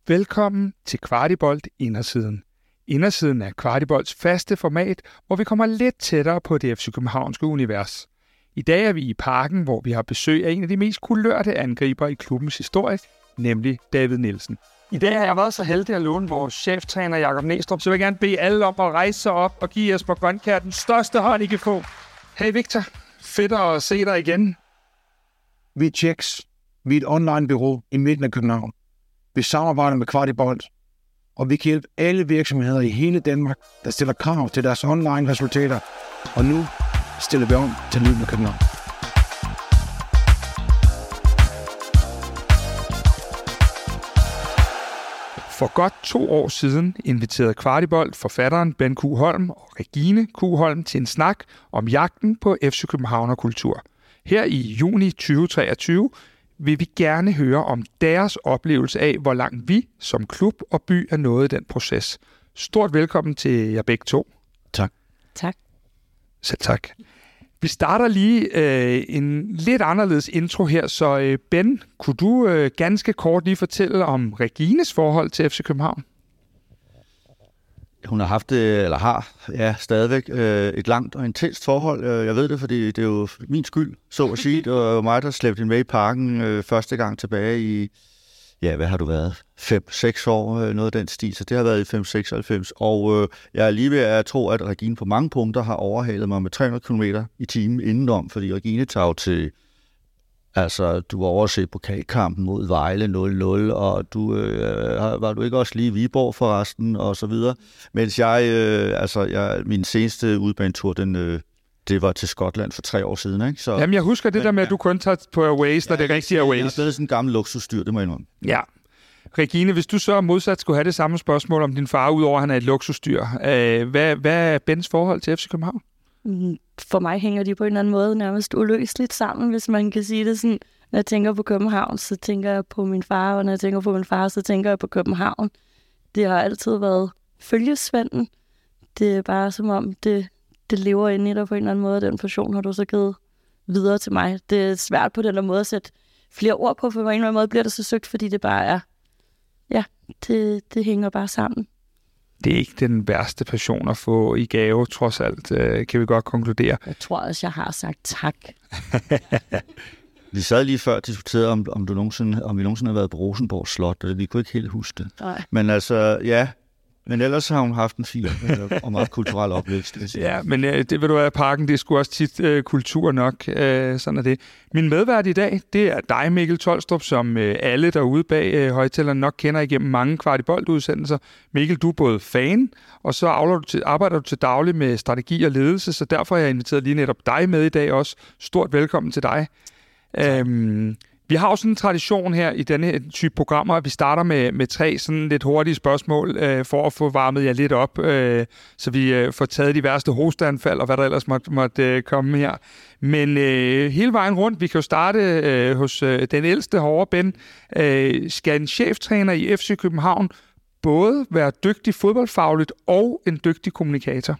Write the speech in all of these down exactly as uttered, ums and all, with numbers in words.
Velkommen til Kvartibolt Indersiden. Indersiden er Kvartibolts faste format, hvor vi kommer lidt tættere på det F C Københavnske univers. I dag er vi i Parken, hvor vi har besøg af en af de mest kulørte angriber i klubbens historie, nemlig David Nielsen. I dag har jeg været så heldig at låne vores cheftræner Jakob Næstrup, så vil jeg gerne bede alle om at rejse sig op og give Jesper Grønkjær den største hånd, I kan få. Hey Victor, fedt at se dig igen. Vi er Checks. Vi er et online-bureau i midten af København. Vi samarbejder med Kvartibolt, og vi kan hjælpe alle virksomheder i hele Danmark, der stiller krav til deres online-resultater. Og nu stiller vi om til lyden af København. For godt to år siden inviterede Kvartibolt forfatteren Ben Q. Holm og Regine Q. Holm til en snak om jagten på F C Københavner-kultur. Her i juni tyve treogtyve vil vi gerne høre om deres oplevelse af, hvor langt vi som klub og by er nået i den proces. Stort velkommen til jer begge to. Tak. Tak. Selv tak. Vi starter lige øh, en lidt anderledes intro her, så øh, Ben, kunne du øh, ganske kort lige fortælle om Regines forhold til F C København? Hun har haft det, eller har, ja, stadigvæk øh, et langt og intenst forhold. Jeg ved det, fordi det er jo min skyld, så at sige. Det var mig, der slæbte hende med i Parken øh, første gang tilbage i, ja, hvad har du været? fem seks år, øh, noget af den stil. Så det har været i fem seksoghalvfems. Og øh, jeg er lige ved at tro, at Regine på mange punkter har overhalet mig med tre hundrede kilometer i timen indenom, fordi Regine tager jo til... Altså, du var overset pokalkampen mod Vejle nul nul, og du, øh, var du ikke også lige i Viborg forresten, og så videre. Mens jeg, øh, altså, jeg, min seneste udbanetur, den, øh, det var til Skotland for tre år siden, ikke? Så, Jamen, jeg husker det men, der med, ja. at du kun tager på Airways, når ja, det er rigtigt Airways. Jeg er blevet sådan en gammel luksusdyr, det må jeg indrømme. Ja. Regine, hvis du så modsat skulle have det samme spørgsmål om din far, udover at han er et luksusdyr, øh, hvad, hvad er Bens forhold til F C København? For mig hænger de på en eller anden måde nærmest uløseligt sammen, hvis man kan sige det sådan. Når jeg tænker på København, så tænker jeg på min far, og når jeg tænker på min far, så tænker jeg på København. Det har altid været følgesvenden. Det er bare som om, det, det lever inde i dig på en eller anden måde. Den passion har du så givet videre til mig. Det er svært på den der måde at sætte flere ord på, for på en eller anden måde bliver det så søgt, fordi det bare er, ja, det, det hænger bare sammen. Det er ikke den værste passion at få i gave, trods alt, øh, kan vi godt konkludere. Jeg tror også, jeg har sagt tak. Vi sad lige før og diskuterede, om, om, du nogensinde, om vi nogensinde har været på Rosenborg Slot, og vi kunne ikke helt huske det. Nej. Men altså, ja... Men ellers har hun haft en fin og meget kulturel oplevelse. Ja, men øh, det vil du være Parken, det er sgu også tit øh, kultur nok. Øh, sådan er det. Min medvært i dag, det er dig, Mikkel Tolstrup, som øh, alle derude bag øh, højtalerne nok kender igennem mange Kvartibolt-udsendelser. Mikkel, du er både fan, og så du til, arbejder du til daglig med strategi og ledelse, så derfor har jeg inviteret lige netop dig med i dag også. Stort velkommen til dig. Øhm, Vi har jo sådan en tradition her i denne type programmer, at vi starter med, med tre sådan lidt hurtige spørgsmål, øh, for at få varmet jer lidt op, øh, så vi øh, får taget de værste hosteanfald og hvad der ellers måtte, måtte øh, komme her. Men øh, hele vejen rundt, vi kan jo starte øh, hos øh, den ældste hårde Ben. Øh, skal en cheftræner i F C København både være dygtig fodboldfagligt og en dygtig kommunikator?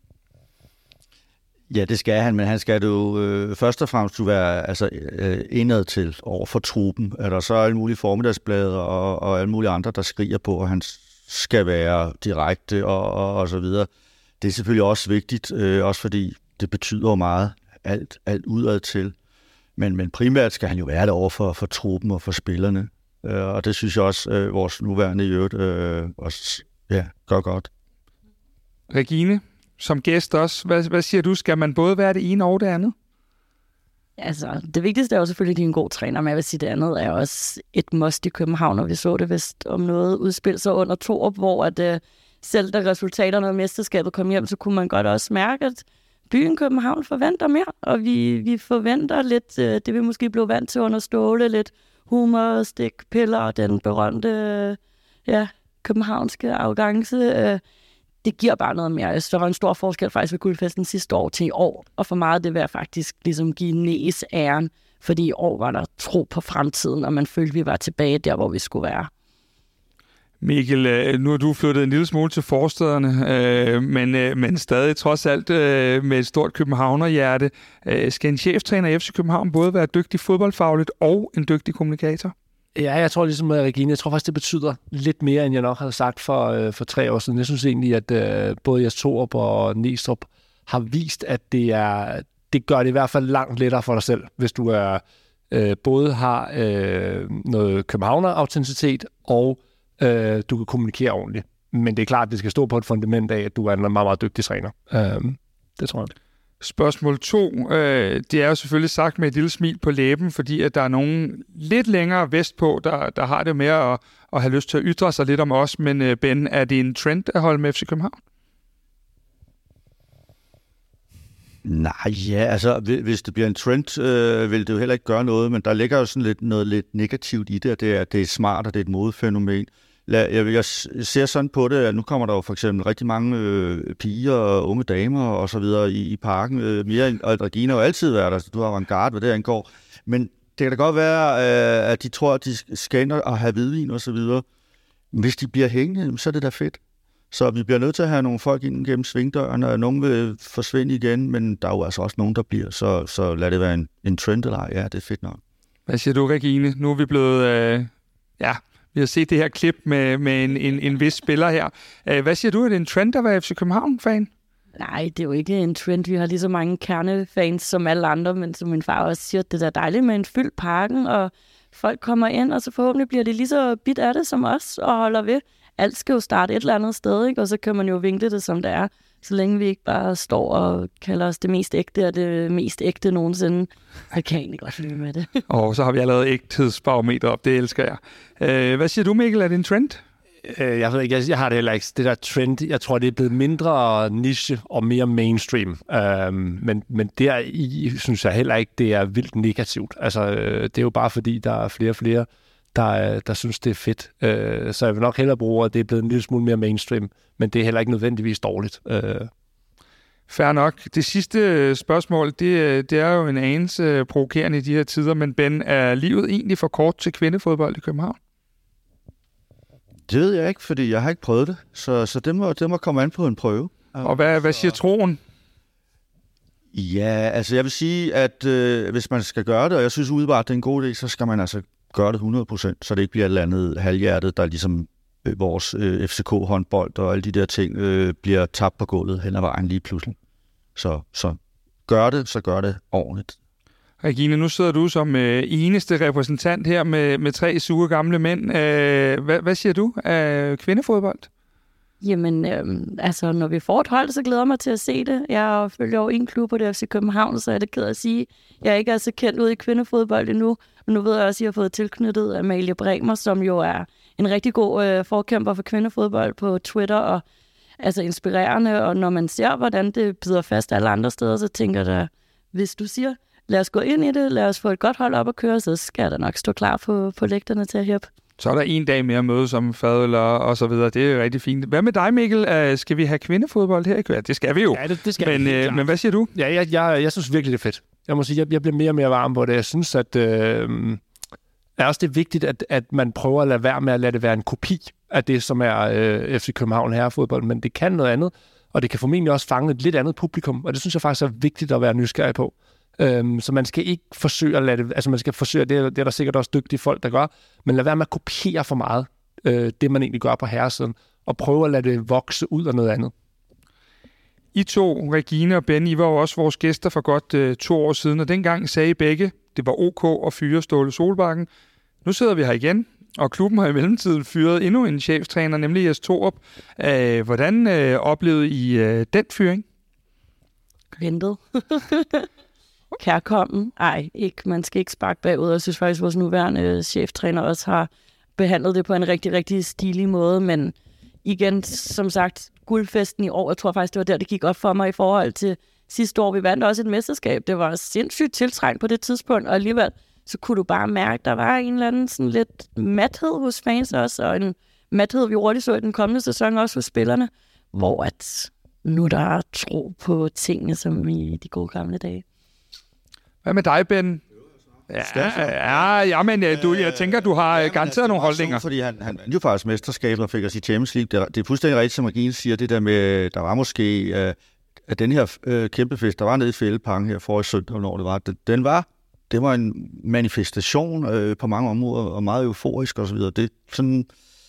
Ja, det skal han, men han skal jo øh, først og fremmest jo være altså, øh, indad til over for truppen. Er der så alle mulige formiddagsblade og, og alle mulige andre, der skriger på, at han skal være direkte og, og, og så videre. Det er selvfølgelig også vigtigt, øh, også fordi det betyder jo meget alt, alt udad til. Men, men primært skal han jo være der over for, for truppen og for spillerne. Øh, og det synes jeg også, øh, vores nuværende i øvrigt øh, også ja, gør godt. Regine? Som gæst også. Hvad, hvad siger du? Skal man både være det ene og det andet? Altså, det vigtigste er jo selvfølgelig, at de er en god træner, men jeg vil sige, det andet er også et must i København, og vi så det vist om noget udspil så under to op, hvor at, uh, selv da resultaterne af mesterskabet kom hjem, så kunne man godt også mærke, at byen København forventer mere, og vi, vi forventer lidt, uh, det vi måske blev vant til under Ståle, lidt humor, stik, piller og den berømte uh, ja, københavnske arrogance. Uh, Det giver bare noget mere. Jeg synes, der var en stor forskel faktisk ved guldfesten sidste år til i år. Og for meget det vil jeg faktisk ligesom give næs æren. Fordi i år var der tro på fremtiden, og man følte, vi var tilbage der, hvor vi skulle være. Mikkel, nu har du flyttet en lille smule til forstederne, men, men stadig trods alt med et stort københavnerhjerte. Skal en cheftræner i F C København både være dygtig fodboldfagligt og en dygtig kommunikator? Ja, jeg tror ligesom med Regine, jeg tror faktisk, det betyder lidt mere, end jeg nok havde sagt for, øh, for tre år siden. Jeg synes egentlig, at øh, både Jes Torup og Næstrup har vist, at det er det gør det i hvert fald langt lettere for dig selv, hvis du er øh, både har øh, noget københavner-autenticitet, og øh, du kan kommunikere ordentligt. Men det er klart, at det skal stå på et fundament af, at du er en meget, meget dygtig træner. Øh, det tror jeg. Spørgsmål to, øh, det er jo selvfølgelig sagt med et lille smil på læben, fordi at der er nogen lidt længere vestpå, der, der har det med at, at have lyst til at ytre sig lidt om os. Men øh, Ben, er det en trend at holde med F C København? Nej, ja, altså hvis det bliver en trend, øh, vil det jo heller ikke gøre noget, men der ligger jo sådan lidt, noget lidt negativt i det, at det er, det er smart, og det er et modefænomen. Jeg, jeg ser sådan på det, at nu kommer der jo for eksempel rigtig mange øh, piger og unge damer og så videre i, i parken. Øh, mere, og Regina har jo altid været der, du har avantgarde, hvad det angår. Men det kan da godt være, øh, at de tror, at de skal ind og have hvidvin og så videre. Hvis de bliver hængende, så er det da fedt. Så vi bliver nødt til at have nogle folk ind gennem svingdøren, og nogen vil forsvinde igen, men der er jo altså også nogen, der bliver. Så, så lad det være en, en trend, eller ja, det er fedt nok. Hvad siger du, Regine? Nu er vi blevet... Øh, ja... Vi har set det her klip med, med en, en, en vis spiller her. Hvad siger du? Er det en trend at være F C København-fan? Nej, det er jo ikke en trend. Vi har lige så mange kernefans som alle andre, men som min far også siger, det er dejligt med en fyldt parken, og folk kommer ind, og så forhåbentlig bliver det lige så bit af det som os, og holder ved. Alt skal jo starte et eller andet sted, ikke? Og så kan man jo vinkle det, som det er, så længe vi ikke bare står og kalder os det mest ægte, og det mest ægte nogensinde. Jeg kan egentlig godt lide med det. Og så har vi allerede ægthedsbarometer op, det elsker jeg. Øh, hvad siger du, Mikkel? Er det en trend? Øh, jeg ved ikke, jeg, jeg har det heller ikke. Det der trend, jeg tror, det er blevet mindre niche og mere mainstream. Øhm, men, men deri synes jeg heller ikke, det er vildt negativt. Altså, øh, det er jo bare fordi, der er flere og flere, der, der synes, det er fedt. Øh, så jeg vil nok hellere bruge, at det er blevet en lille smule mere mainstream, men det er heller ikke nødvendigvis dårligt. Øh. Fair nok. Det sidste spørgsmål, det, det er jo en anelse provokerende i de her tider, men Ben, er livet egentlig for kort til kvindefodbold i København? Det ved jeg ikke, fordi jeg har ikke prøvet det, så, så det, må, det må komme an på en prøve. Og hvad, hvad siger troen? Ja, altså jeg vil sige, at øh, hvis man skal gøre det, og jeg synes udebart, det er en god idé, så skal man altså gøre det hundrede procent, så det ikke bliver et eller andet halvhjertet, der ligesom øh, vores øh, F C K-håndbold og alle de der ting øh, bliver tabt på gulvet hen ad vejen lige pludselig. Så, så gør det, så gør det ordentligt. Regine, nu sidder du som øh, eneste repræsentant her med, med tre sure gamle mænd. Øh, hvad, hvad siger du af kvindefodbold? Jamen, øhm, altså, når vi får et hold, så glæder jeg mig til at se det. Jeg følger jo en klub på det F C København, så er det ked at sige, jeg ikke er så kendt ud i kvindefodbold endnu. Men nu ved jeg også, at jeg har fået tilknyttet Amalie Bremer, som jo er en rigtig god øh, forkæmper for kvindefodbold på Twitter, og altså inspirerende. Og når man ser, hvordan det bider fast alle andre steder, så tænker jeg, hvis du siger, lad os gå ind i det, lad os få et godt hold op at køre, så skal der nok stå klar på, på lægterne til at hæppe. Så er der en dag mere at møde som fadøl og så videre. Det er rigtig fint. Hvad med dig, Mikkel? Skal vi have kvindefodbold her i København? Det skal vi jo. Ja, det, det skal men, vi. Øh, men hvad siger du? Ja, jeg, jeg, jeg synes virkelig, det er fedt. Jeg må sige, jeg, jeg bliver mere og mere varm på det. Jeg synes, at øh, er også det er vigtigt, at, at man prøver at lade være med at lade det være en kopi af det, som er øh, F C København herrefodbold. Men det kan noget andet, og det kan formentlig også fange et lidt andet publikum. Og det synes jeg faktisk er vigtigt at være nysgerrig på. Øhm, så man skal ikke forsøge at lade det, altså man skal forsøge, det er, det er der sikkert også dygtige folk, der gør, men lad være med at kopiere for meget øh, det, man egentlig gør på herresiden, og prøve at lade det vokse ud af noget andet. I to, Regine og Ben, I var jo også vores gæster for godt øh, to år siden, og dengang sagde I begge, det var ok at fyre Ståle Solbakken. Nu sidder vi her igen, og klubben har i mellemtiden fyret endnu en cheftræner, nemlig Jes Torup. Øh, hvordan øh, oplevede I øh, den fyring? Ventet. Kærkommen. Ej, ikke. Man skal ikke sparke bagud. Jeg synes faktisk, at vores nuværende cheftræner også har behandlet det på en rigtig, rigtig stilig måde. Men igen, som sagt, guldfesten i år, jeg tror faktisk, det var der, det gik op for mig i forhold til sidste år. Vi vandt også et mesterskab. Det var sindssygt tiltrængt på det tidspunkt, og alligevel så kunne du bare mærke, at der var en eller anden sådan lidt mathed hos fans også, og en mathed, vi hurtigt så i den kommende sæson også hos spillerne, hvor at nu der er tro på tingene, som i de gode gamle dage. Hvad med dig, Ben? Ja, ja, ja, men du, jeg tænker, du har ja, garanteret nogle holdninger. Så, fordi han, han vandt jo faktisk mesterskabet og fik os i Champions League. Det, det er fuldstændig rigtigt, som Regine siger, det der med, der var måske, øh, at den her øh, kæmpe fest, der var nede i Fældeparken her for i søndag, når det var, den, den var det var en manifestation øh, på mange områder, og meget euforisk og så videre. Det sådan,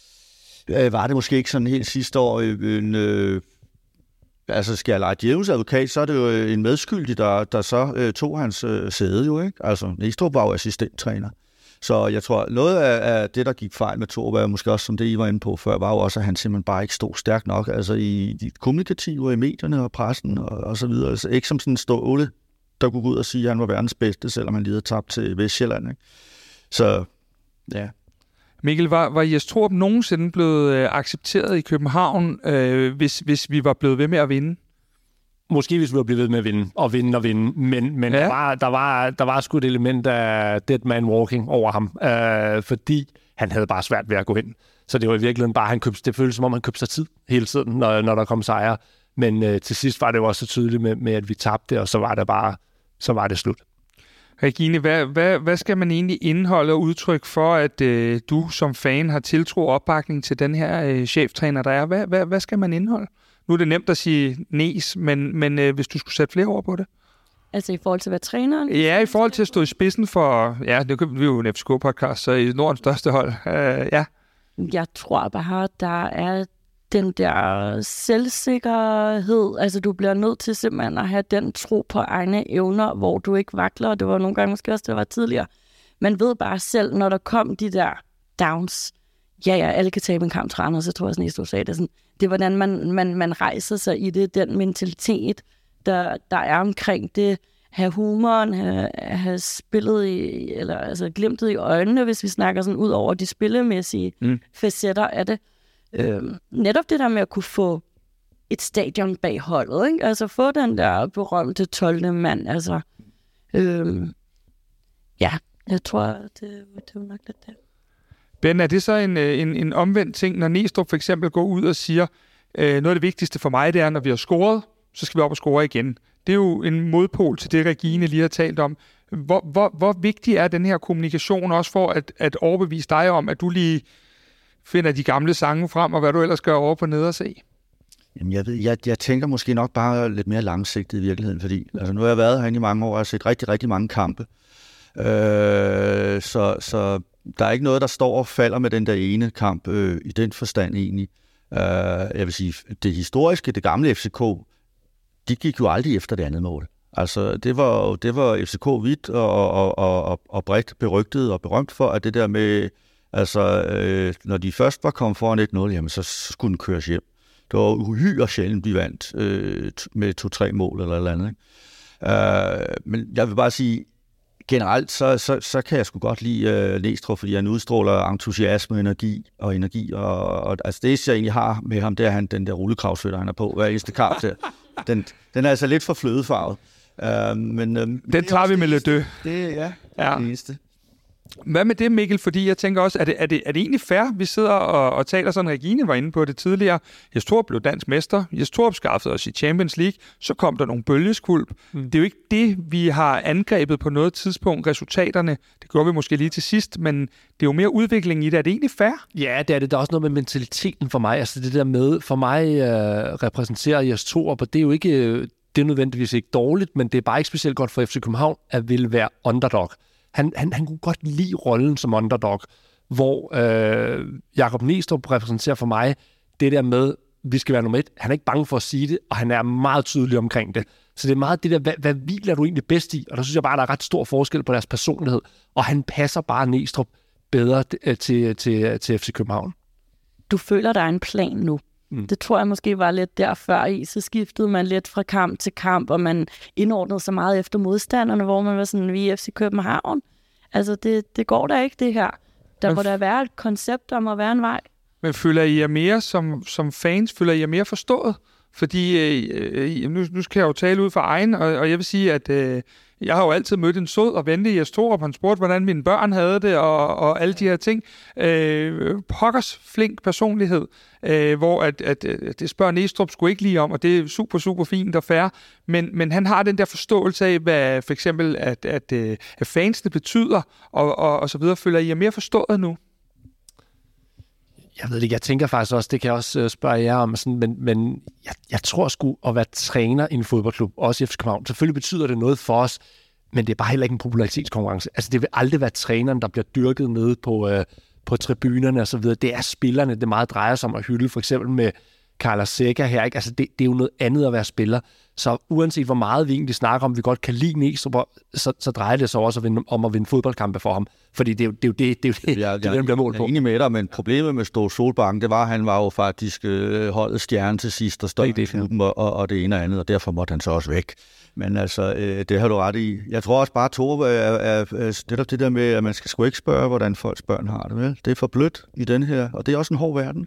øh, var det måske ikke sådan helt sidste år en... Øh, altså skal jeg lege djævels advokat, så er det jo en medskyldig, der, der så øh, tog hans øh, sæde jo, ikke? Altså, Næstrup var jo assistenttræner. Så jeg tror, noget af, af det, der gik fejl med Thorup, var måske også, som det I var inde på før, var jo også, at han simpelthen bare ikke stod stærkt nok, altså i de kommunikative, i medierne og pressen og, og så videre. Altså ikke som sådan en ståle, der kunne gå ud og sige, at han var verdens bedste, selvom han lige havde tabt til Vestjylland, ikke? Så, ja... Mikkel, var, var Jes Thorup nogensinde blevet øh, accepteret i København, øh, hvis, hvis vi var blevet ved med at vinde? Måske hvis vi var blevet ved med at vinde, og vinde og vinde, men, men ja. der, var, der, var, der var sgu et element af dead man walking over ham, øh, fordi han havde bare svært ved at gå hen. Så det var i virkeligheden bare, han købte, det føltes som om, han købte sig tid hele tiden, når, når der kom sejre. Men øh, til sidst var det jo også så tydeligt med, med, at vi tabte, og så var det bare, så var det slut. Regine, hvad, hvad, hvad skal man egentlig indeholde og udtryk for, at øh, du som fan har tiltro og opbakning til den her øh, cheftræner, der er? Hvad, hvad, hvad skal man indeholde? Nu er det nemt at sige næs, men, men øh, hvis du skulle sætte flere ord på det? Altså i forhold til hvad træneren? Ja, i forhold til at stå i spidsen for, ja, det er jo en F C K-podcast, så i Nordens største hold, øh, ja. Jeg tror bare, der er den der selvsikkerhed, altså du bliver nødt til simpelthen at have den tro på egne evner, hvor du ikke vakler, det var nogle gange måske også, det var tidligere. Man ved bare selv, når der kom de der downs, ja ja, alle kan tabe en kamp træner, så tror jeg sådan, at du sagde det sådan, det er hvordan man, man, man rejser sig i det, den mentalitet, der, der er omkring det, have humoren, have, have spillet i, eller altså glimtet i øjnene, hvis vi snakker sådan ud over de spillemæssige mm. facetter af det. Øhm, netop det der med at kunne få et stadion bag holdet, ikke? Altså få den der berømte tolvte mand, altså øhm, ja, jeg tror, det, det var nok lidt det. Ben, er det så en, en, en omvendt ting, når Næstrup for eksempel går ud og siger, øh, noget af det vigtigste for mig, det er, når vi har scoret, så skal vi op og score igen. Det er jo en modpol til det, Regine lige har talt om. Hvor, hvor, hvor vigtig er den her kommunikation også for at, at overbevise dig om, at du lige finder de gamle sange frem, og hvad du ellers gør over på ned og se? Jamen, jeg, ved, jeg, jeg tænker måske nok bare lidt mere langsigtet i virkeligheden, fordi altså, nu har jeg været herinde i mange år, og jeg har set rigtig, rigtig mange kampe. Øh, så, så der er ikke noget, der står og falder med den der ene kamp øh, i den forstand egentlig. Øh, jeg vil sige, det historiske, det gamle F C K, de gik jo aldrig efter det andet mål. Altså, det var, det var F C K hvidt og, og, og, og, og bredt berygtet og berømt for, at det der med, altså, øh, når de først var kommet foran et nul, jamen, så skulle den køres hjem. Det var uhyre sjældent, vi vandt øh, med to-tre mål eller eller andet. Ikke? Øh, men jeg vil bare sige, generelt, så, så, så kan jeg sgu godt lide øh, Næstrup, fordi han udstråler entusiasme, energi og energi. Og, og altså det, jeg egentlig har med ham, det er han, den der rullekravsføtter, han er på hver eneste kamp der. Den, den er altså lidt for flødefarvet. Uh, men, uh, den tager vi med lidt dø. Det ja, ja. Det eneste. Hvad med det, Mikkel? Fordi jeg tænker også, er det, er det, er det egentlig fair, vi sidder og, og taler sådan, Regine var inde på det tidligere. Jes Thorup blev dansk mester. Jes Thorup skaffede os i Champions League. Så kom der nogle bølgeskvulp. Mm. Det er jo ikke det, vi har angrebet på noget tidspunkt. Resultaterne, det gjorde vi måske lige til sidst, men det er jo mere udvikling i det. Er det egentlig fair? Ja, det er det. Der er også noget med mentaliteten for mig. Altså det der med, for mig øh, repræsenterer Jes Thorup, og det er jo ikke... Det er nødvendigvis ikke dårligt, men det er bare ikke specielt godt for F C København at ville være underdog. Han, han, han kunne godt lide rollen som underdog, hvor øh, Jakob Næstrup repræsenterer for mig det der med, vi skal være nummer et. Han er ikke bange for at sige det, og han er meget tydelig omkring det. Så det er meget det der, hvad, hvad hviler du egentlig bedst i? Og der synes jeg bare, der er ret stor forskel på deres personlighed, og han passer bare Næstrup bedre til, til, til F C København. Du føler, der er en plan nu. Mm. Det tror jeg måske var lidt der før i, så skiftede man lidt fra kamp til kamp, og man indordnede så meget efter modstanderne, hvor man var sådan, vi er F C København. Altså, det, det går da ikke, det her. Der men, må der være et koncept, der må være en vej. Men føler I jer mere som, som fans, føler I jer mere forstået? Fordi, øh, nu, nu skal jeg jo tale ud fra egen, og, og jeg vil sige, at øh, jeg har jo altid mødt en sød og venlig Jes Thorup. Han spurgte, hvordan mine børn havde det, og, og alle de her ting. Øh, pokkers flink personlighed, øh, hvor at, at, at det spørger Næstrup sgu ikke lige om, og det er super, super fint og fair. Men, men han har den der forståelse af, hvad for eksempel, at, at, at fansene betyder, og, og, og så videre. Føler I jer mere forstået nu? Jeg ved det ikke, jeg tænker faktisk også, det kan jeg også spørge jer om, sådan, men, men jeg, jeg tror sgu at være træner i en fodboldklub, også i F C København, selvfølgelig betyder det noget for os, men det er bare heller ikke en popularitetskonkurrence. Altså, det vil aldrig være træneren, der bliver dyrket nede på, øh, på tribunerne og så videre. Det er spillerne, det meget drejer sig om at hylde. For eksempel med Carlos Seca her, ikke? Altså, det, det er jo noget andet at være spiller. Så uanset hvor meget vi egentlig snakker om, vi godt kan lide Næstrup, så, så drejer det sig også at vinde, om at vinde fodboldkampe for ham. Fordi det er jo det, er jo det, det, er jo det, jeg, det, er det, der bliver målt på. Jeg er enig med dig, men problemet med Ståle Solbakken, det var, at han var jo faktisk øh, holdet stjerne til sidst, og stod i klubben, og, og det ene og andet, og derfor måtte han så også væk. Men altså, øh, det har du ret i. Jeg tror også bare, Tore, er, er, er netop det der med, at man skal sgu ikke spørge, hvordan folks børn har det, vel? Det er for blødt i den her, og det er også en hård verden.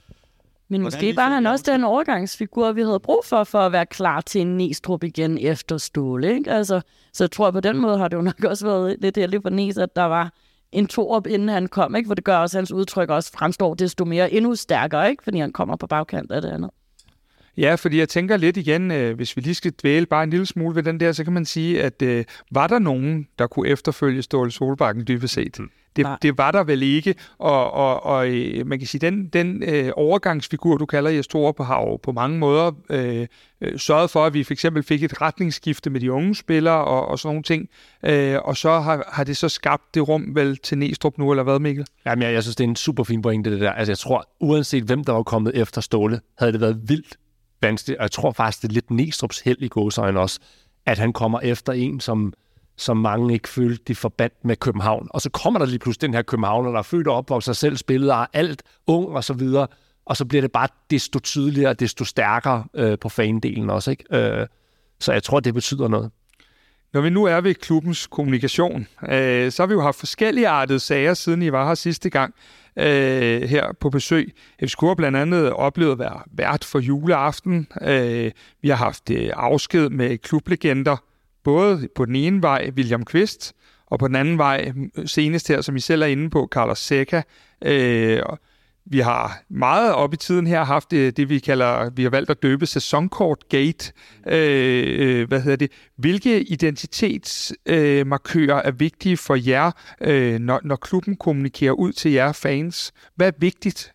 Men måske var han også den overgangsfigur, vi havde brug for, for at være klar til en Næstrup igen efter Ståle, ikke? Altså, så jeg tror, på den måde har det jo nok også været lidt heldigt for Næs, at der var en Torup, inden han kom, ikke? For det gør også, at hans udtryk også fremstår desto mere endnu stærkere, ikke? Fordi han kommer på bagkant af det andet. Ja, fordi jeg tænker lidt igen, øh, hvis vi lige skal dvæle bare en lille smule ved den der, så kan man sige, at øh, var der nogen, der kunne efterfølge Ståle Solbakken dybest set? Mm. Det, det var der vel ikke, og, og, og man kan sige, den, den øh, overgangsfigur, du kalder Jes Torup, har jo på mange måder øh, øh, sørget for, at vi for eksempel fik et retningsskifte med de unge spillere og, og sådan nogle ting, øh, og så har, har det så skabt det rum vel til Næstrup nu, eller hvad, Mikkel? Jamen, jeg, jeg synes, det er en super fin pointe, det der. Altså, jeg tror, uanset hvem der var kommet efter Ståle, havde det været vildt vanskeligt, og jeg tror faktisk, det er lidt Næstrups held i gåseøjne også, at han kommer efter en, som som mange ikke følte, de forbandt med København. Og så kommer der lige pludselig den her Københavner, der er født og opvokset, selv spillet af alt, ung og så videre, og så bliver det bare desto tydeligere, desto stærkere øh, på fandelen også, ikke? Øh, så jeg tror, det betyder noget. Når vi nu er ved klubbens kommunikation, øh, så har vi jo haft forskellige artede sager, siden I var her sidste gang øh, her på besøg. F C K har blandt andet oplevet at være vært for juleaften. Øh, vi har haft øh, afsked med klublegender, både på den ene vej, William Kvist, og på den anden vej, senest her, som I selv er inde på, Carlos Seca. Øh, vi har meget op i tiden her haft det, det vi kalder, vi har valgt at døbe sæsonkortgate. Øh, hvad hedder det? Hvilke identitetsmarkører øh, er vigtige for jer, øh, når, når klubben kommunikerer ud til jer fans? Hvad er vigtigt?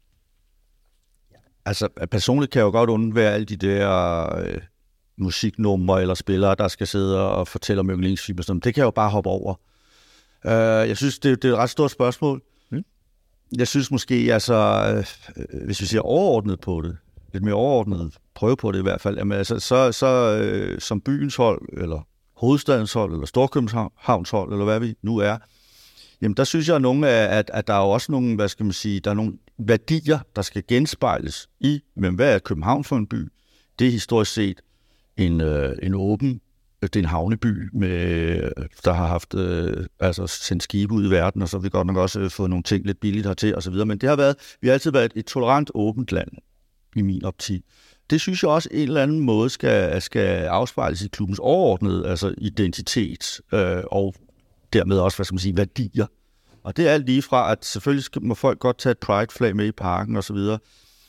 Altså, personligt kan jeg jo godt undvære alle de der Øh musiknumre eller spillere, der skal sidde og fortælle om yndlingsfilm. Det kan jeg jo bare hoppe over. Uh, jeg synes, det, det er et ret stort spørgsmål. Mm. Jeg synes måske, altså, øh, hvis vi siger overordnet på det, lidt mere overordnet, prøve på det i hvert fald, jamen, altså, så, så øh, som byens hold, eller hovedstadens hold, eller Storkøbenhavns hold, eller hvad vi nu er, jamen der synes jeg, at, nogle af, at, at der er jo også nogle, hvad skal man sige, der er nogle værdier, der skal genspejles i, men hvad er København for en by? Det er historisk set En, øh, en åben, det er en havneby, med, der har haft øh, altså sendt skibe ud i verden, og så har vi godt nok også øh, fået nogle ting lidt billigt hertil og så videre. Men det har været, vi har altid været et tolerant, åbent land, i min optik. Det synes jeg også en eller anden måde skal, skal afspejles i klubbens overordnede, altså identitet, øh, og dermed også, hvad skal man sige, værdier. Og det er alt lige fra, at selvfølgelig må folk godt tage et pride-flag med i parken og så videre.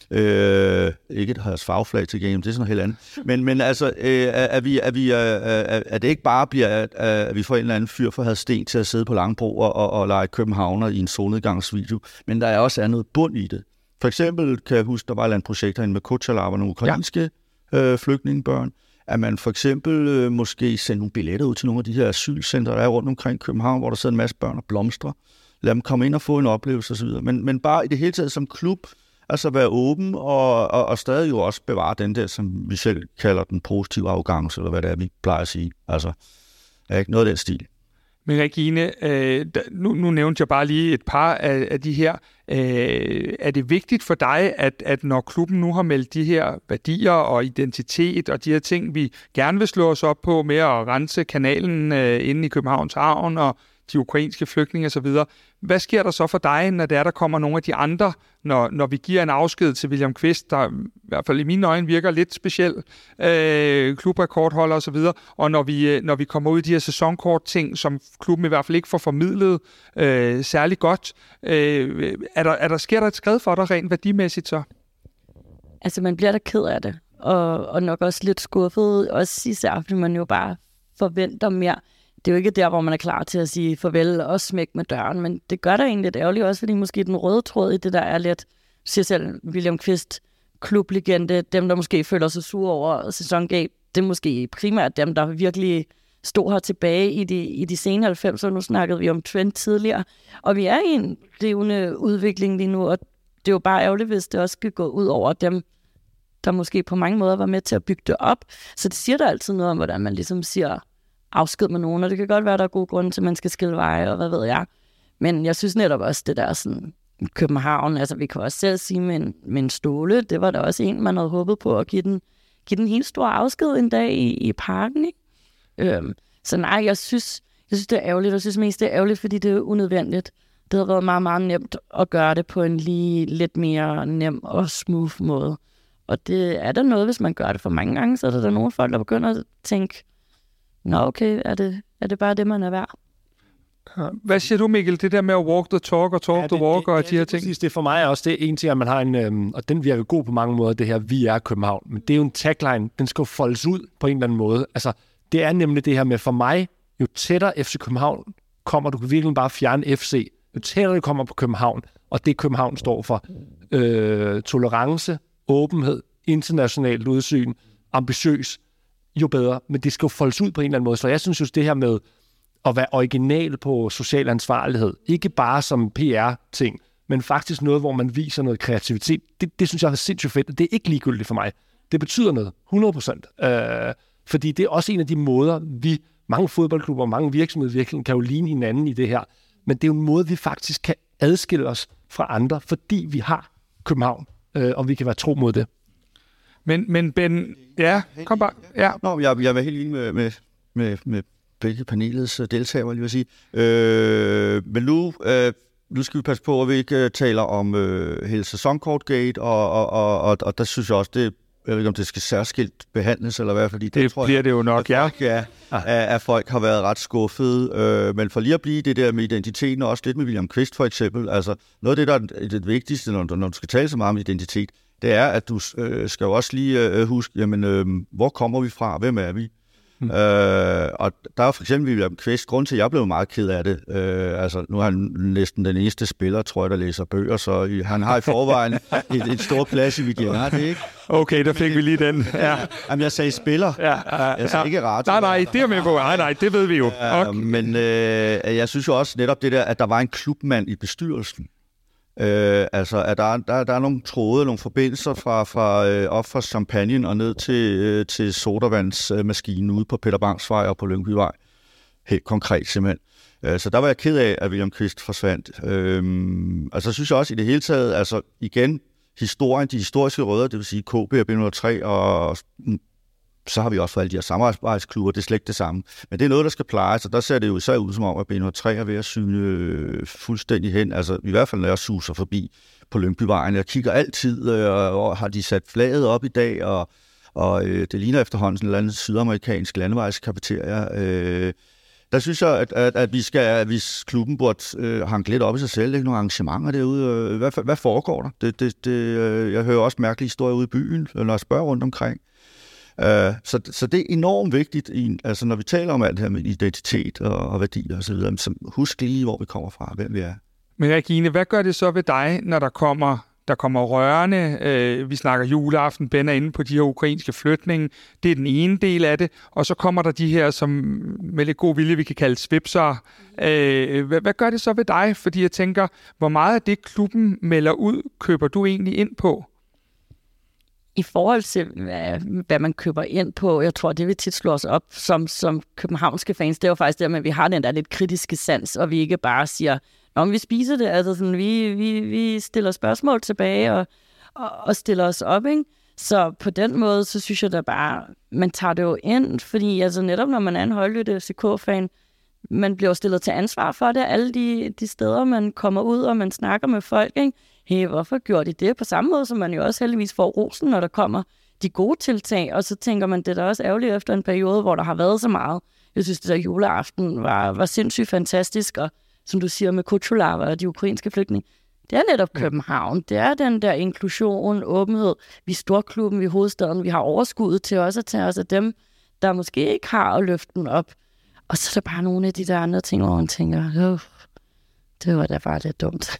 Øh, ikke et deres farveflag til game, det er sådan noget helt andet. Men, men altså, øh, at, vi, at, vi, øh, at det ikke bare bliver, at, at vi får en eller anden fyr for at have sten til at sidde på Langebro og, og, og lege københavner i en solnedgangsvideo, men der er også noget bund i det. For eksempel kan jeg huske, der var et eller andet projekt herinde med Kutjalab og nogle ukrainske ja. øh, flygtningebørn, at man for eksempel øh, måske sender nogle billetter ud til nogle af de her asylcentre, der er rundt omkring København, hvor der sidder en masse børn og blomstrer. Lad dem komme ind og få en oplevelse osv. Men, men bare i det hele taget som klub, altså være åben og, og, og stadig jo også bevare den der, som vi selv kalder den positive arrogance, eller hvad det er, vi plejer at sige. Altså, er ikke noget af den stil. Men Regine, øh, nu, nu nævnte jeg bare lige et par af, af de her. Øh, er det vigtigt for dig, at, at når klubben nu har meldt de her værdier og identitet og de her ting, vi gerne vil slå os op på med at rense kanalen øh, inde i Københavns Havn og de ukrainske flygtninge osv., hvad sker der så for dig, når der, der kommer nogle af de andre, når, når vi giver en afsked til William Kvist, der i hvert fald i mine øjne virker lidt speciel, øh, klubrekordholder osv., og, og når vi, når vi kommer ud i de her sæsonkort-ting, som klubben i hvert fald ikke får formidlet øh, særlig godt, øh, er der, er der, sker der et skred for dig rent værdimæssigt så? Altså, man bliver da ked af det, og, og nok også lidt skuffet, også især, fordi man jo bare forventer mere. Det er jo ikke der, hvor man er klar til at sige farvel og smække med døren, men det gør der egentlig lidt ærgerligt også, fordi måske den røde tråd i det, der er lidt, siger selv William Kvist, klublegende, dem, der måske føler sig sure over sæsongab, det er måske primært dem, der virkelig stod her tilbage i de, i de sene halvfemser. Nu snakkede vi om trend tidligere. Og vi er i en rivende udvikling lige nu, og det er jo bare ærgerligt, hvis det også skal gå ud over dem, der måske på mange måder var med til at bygge det op. Så det siger der altid noget om, hvordan man ligesom siger afsked med nogen, og det kan godt være, der er gode grunde til, at man skal skille veje, og hvad ved jeg. Men jeg synes netop også, det der sådan København, altså vi kan også selv sige med en, med en Ståle, det var der også en, man havde håbet på at give den, give den helt store afsked en dag i, i parken, ikke? Øhm, så nej, jeg synes, jeg synes, det er ærgerligt. Jeg synes mest, det er ærgerligt, fordi det er unødvendigt. Det havde været meget, meget nemt at gøre det på en lige lidt mere nem og smooth måde. Og det er der noget, hvis man gør det for mange gange, så er der, der nogle folk, der begynder at tænke, nå okay, er det, er det bare det, man er værd? Hvad siger du, Mikkel? Det der med at walk the talk og talk ja, det, the walk det, og ja, de her det, ting? Præcis, det er for mig også det er en ting, at man har en, øhm, og den virker god på mange måder, det her, vi er København. Men det er jo en tagline, den skal jo foldes ud på en eller anden måde. Altså, det er nemlig det her med, for mig, jo tættere F C København kommer, du kan virkelig bare fjerne F C, jo tættere det kommer på København, og det København står for. Øh, tolerance, åbenhed, internationalt udsyn, ambitiøs, jo bedre. Men det skal jo foldes ud på en eller anden måde. Så jeg synes jo, det her med at være original på social ansvarlighed, ikke bare som P R-ting, men faktisk noget, hvor man viser noget kreativitet, det, det synes jeg er sindssygt fedt, og det er ikke ligegyldigt for mig. Det betyder noget, hundrede procent. Øh, fordi det er også en af de måder, vi, mange fodboldklubber og mange virksomheder virkelig kan jo ligne hinanden i det her, men det er jo en måde, vi faktisk kan adskille os fra andre, fordi vi har København, øh, og vi kan være tro mod det. Men, men Ben, ja, kom bare. Ja. Nå, jeg, jeg er helt enig med, med, med, med begge panelets deltagere, lige vil sige. Øh, men nu, øh, nu skal vi passe på, at vi ikke uh, taler om øh, hele sæsonkortgate, og, og, og, og, og der synes jeg også, det, jeg ved ikke, om det skal særskilt behandles, eller hvad, fordi det, det tror bliver jeg, det jo nok, ja. Folk, ja at, at folk har været ret skuffede, øh, men for lige at blive det der med identiteten, og også lidt med William Kvist for eksempel, altså noget af det, der er det vigtigste, når, når du skal tale så meget om identitet, det er, at du øh, skal jo også lige øh, huske, jamen, øh, hvor kommer vi fra, hvem er vi? Mm. Øh, og der er for eksempel William Kvist, grund til, at jeg blev meget ked af det. Øh, altså, nu er han næsten den eneste spiller, tror jeg, der læser bøger, så i, han har i forvejen et, et stort plads i mit hjerte, det ikke? Okay, der fik vi lige den. Ja. Jamen, jeg sagde spiller. Ja, ja, jeg sagde ja. ikke ret. Nej, nej, det er med på. Nej, nej, det ved vi jo. Okay. Øh, men øh, jeg synes jo også netop det der, at der var en klubmand i bestyrelsen. Øh, altså, at der, der, der er nogle tråde, nogle forbindelser fra, fra øh, op fra Champagnen og ned til, øh, til sodavandsmaskinen øh, ude på Peter Bangs Vej og på Lyngbyvej. Helt konkret simpelthen. Øh, så der var jeg ked af, at William Kvist forsvandt. Øh, altså, synes jeg også i det hele taget, altså igen, historien, de historiske rødder, det vil sige K B og B et nul tre, og så har vi også fået alle de her samarbejdsklubber, det er slet ikke det samme. Men det er noget, der skal plejes, og der ser det jo især ud som om, at B et nul tre er ved at syne øh, fuldstændig hen. Altså i hvert fald, når jeg suser forbi på Lyngbyvejen. Jeg kigger altid, øh, og har de sat flaget op i dag, og, og øh, det ligner efterhånden sådan en eller anden sydamerikansk landevejskafeteria. Øh, der synes jeg, at, at, at vi skal, at hvis klubben burde øh, hanke lidt op i sig selv, ikke nogle arrangementer derude. Øh, hvad, hvad foregår der? Det, det, det, øh, jeg hører også mærkelige historier ude i byen, når jeg spørger rundt omkring. Uh, så, så det er enormt vigtigt, i, altså når vi taler om alt det her med identitet og, og værdier og så videre, så husk lige, hvor vi kommer fra, hvem vi er. Men Regine, hvad gør det så ved dig, når der kommer, der kommer rørende, øh, vi snakker juleaften, Ben er inde på de her ukrainske flygtninge, det er den ene del af det, og så kommer der de her, som med lidt god vilje, vi kan kalde svipsere. Øh, hvad, hvad gør det så ved dig? Fordi jeg tænker, hvor meget af det, klubben melder ud, køber du egentlig ind på? I forhold til, hvad, hvad man køber ind på, jeg tror, det vil tit slå os op som, som københavnske fans, det er jo faktisk det, at vi har den der lidt kritiske sans, og vi ikke bare siger, om vi spiser det, altså sådan, vi, vi, vi stiller spørgsmål tilbage og, og, og stiller os op, ikke? Så på den måde, så synes jeg da bare, man tager det jo ind, fordi altså netop når man er en højlydt F C K-fan, man bliver stillet til ansvar for det, alle de, de steder, man kommer ud, og man snakker med folk, ikke? Hey, hvorfor gjorde de det? På samme måde, som man jo også heldigvis får rosen, når der kommer de gode tiltag, og så tænker man, det er da også ærgerligt efter en periode, hvor der har været så meget. Jeg synes, det der juleaften var, var sindssygt fantastisk, og som du siger med Kuchulava og de ukrainske flygtninge, det er netop København. Det er den der inklusion, åbenhed. Vi er storklubben, vi er hovedstaden, vi har overskuddet til også at tage os af dem, der måske ikke har at løfte den op. Og så er der bare nogle af de der andre ting, hvor man tænker, det var da bare lidt dumt.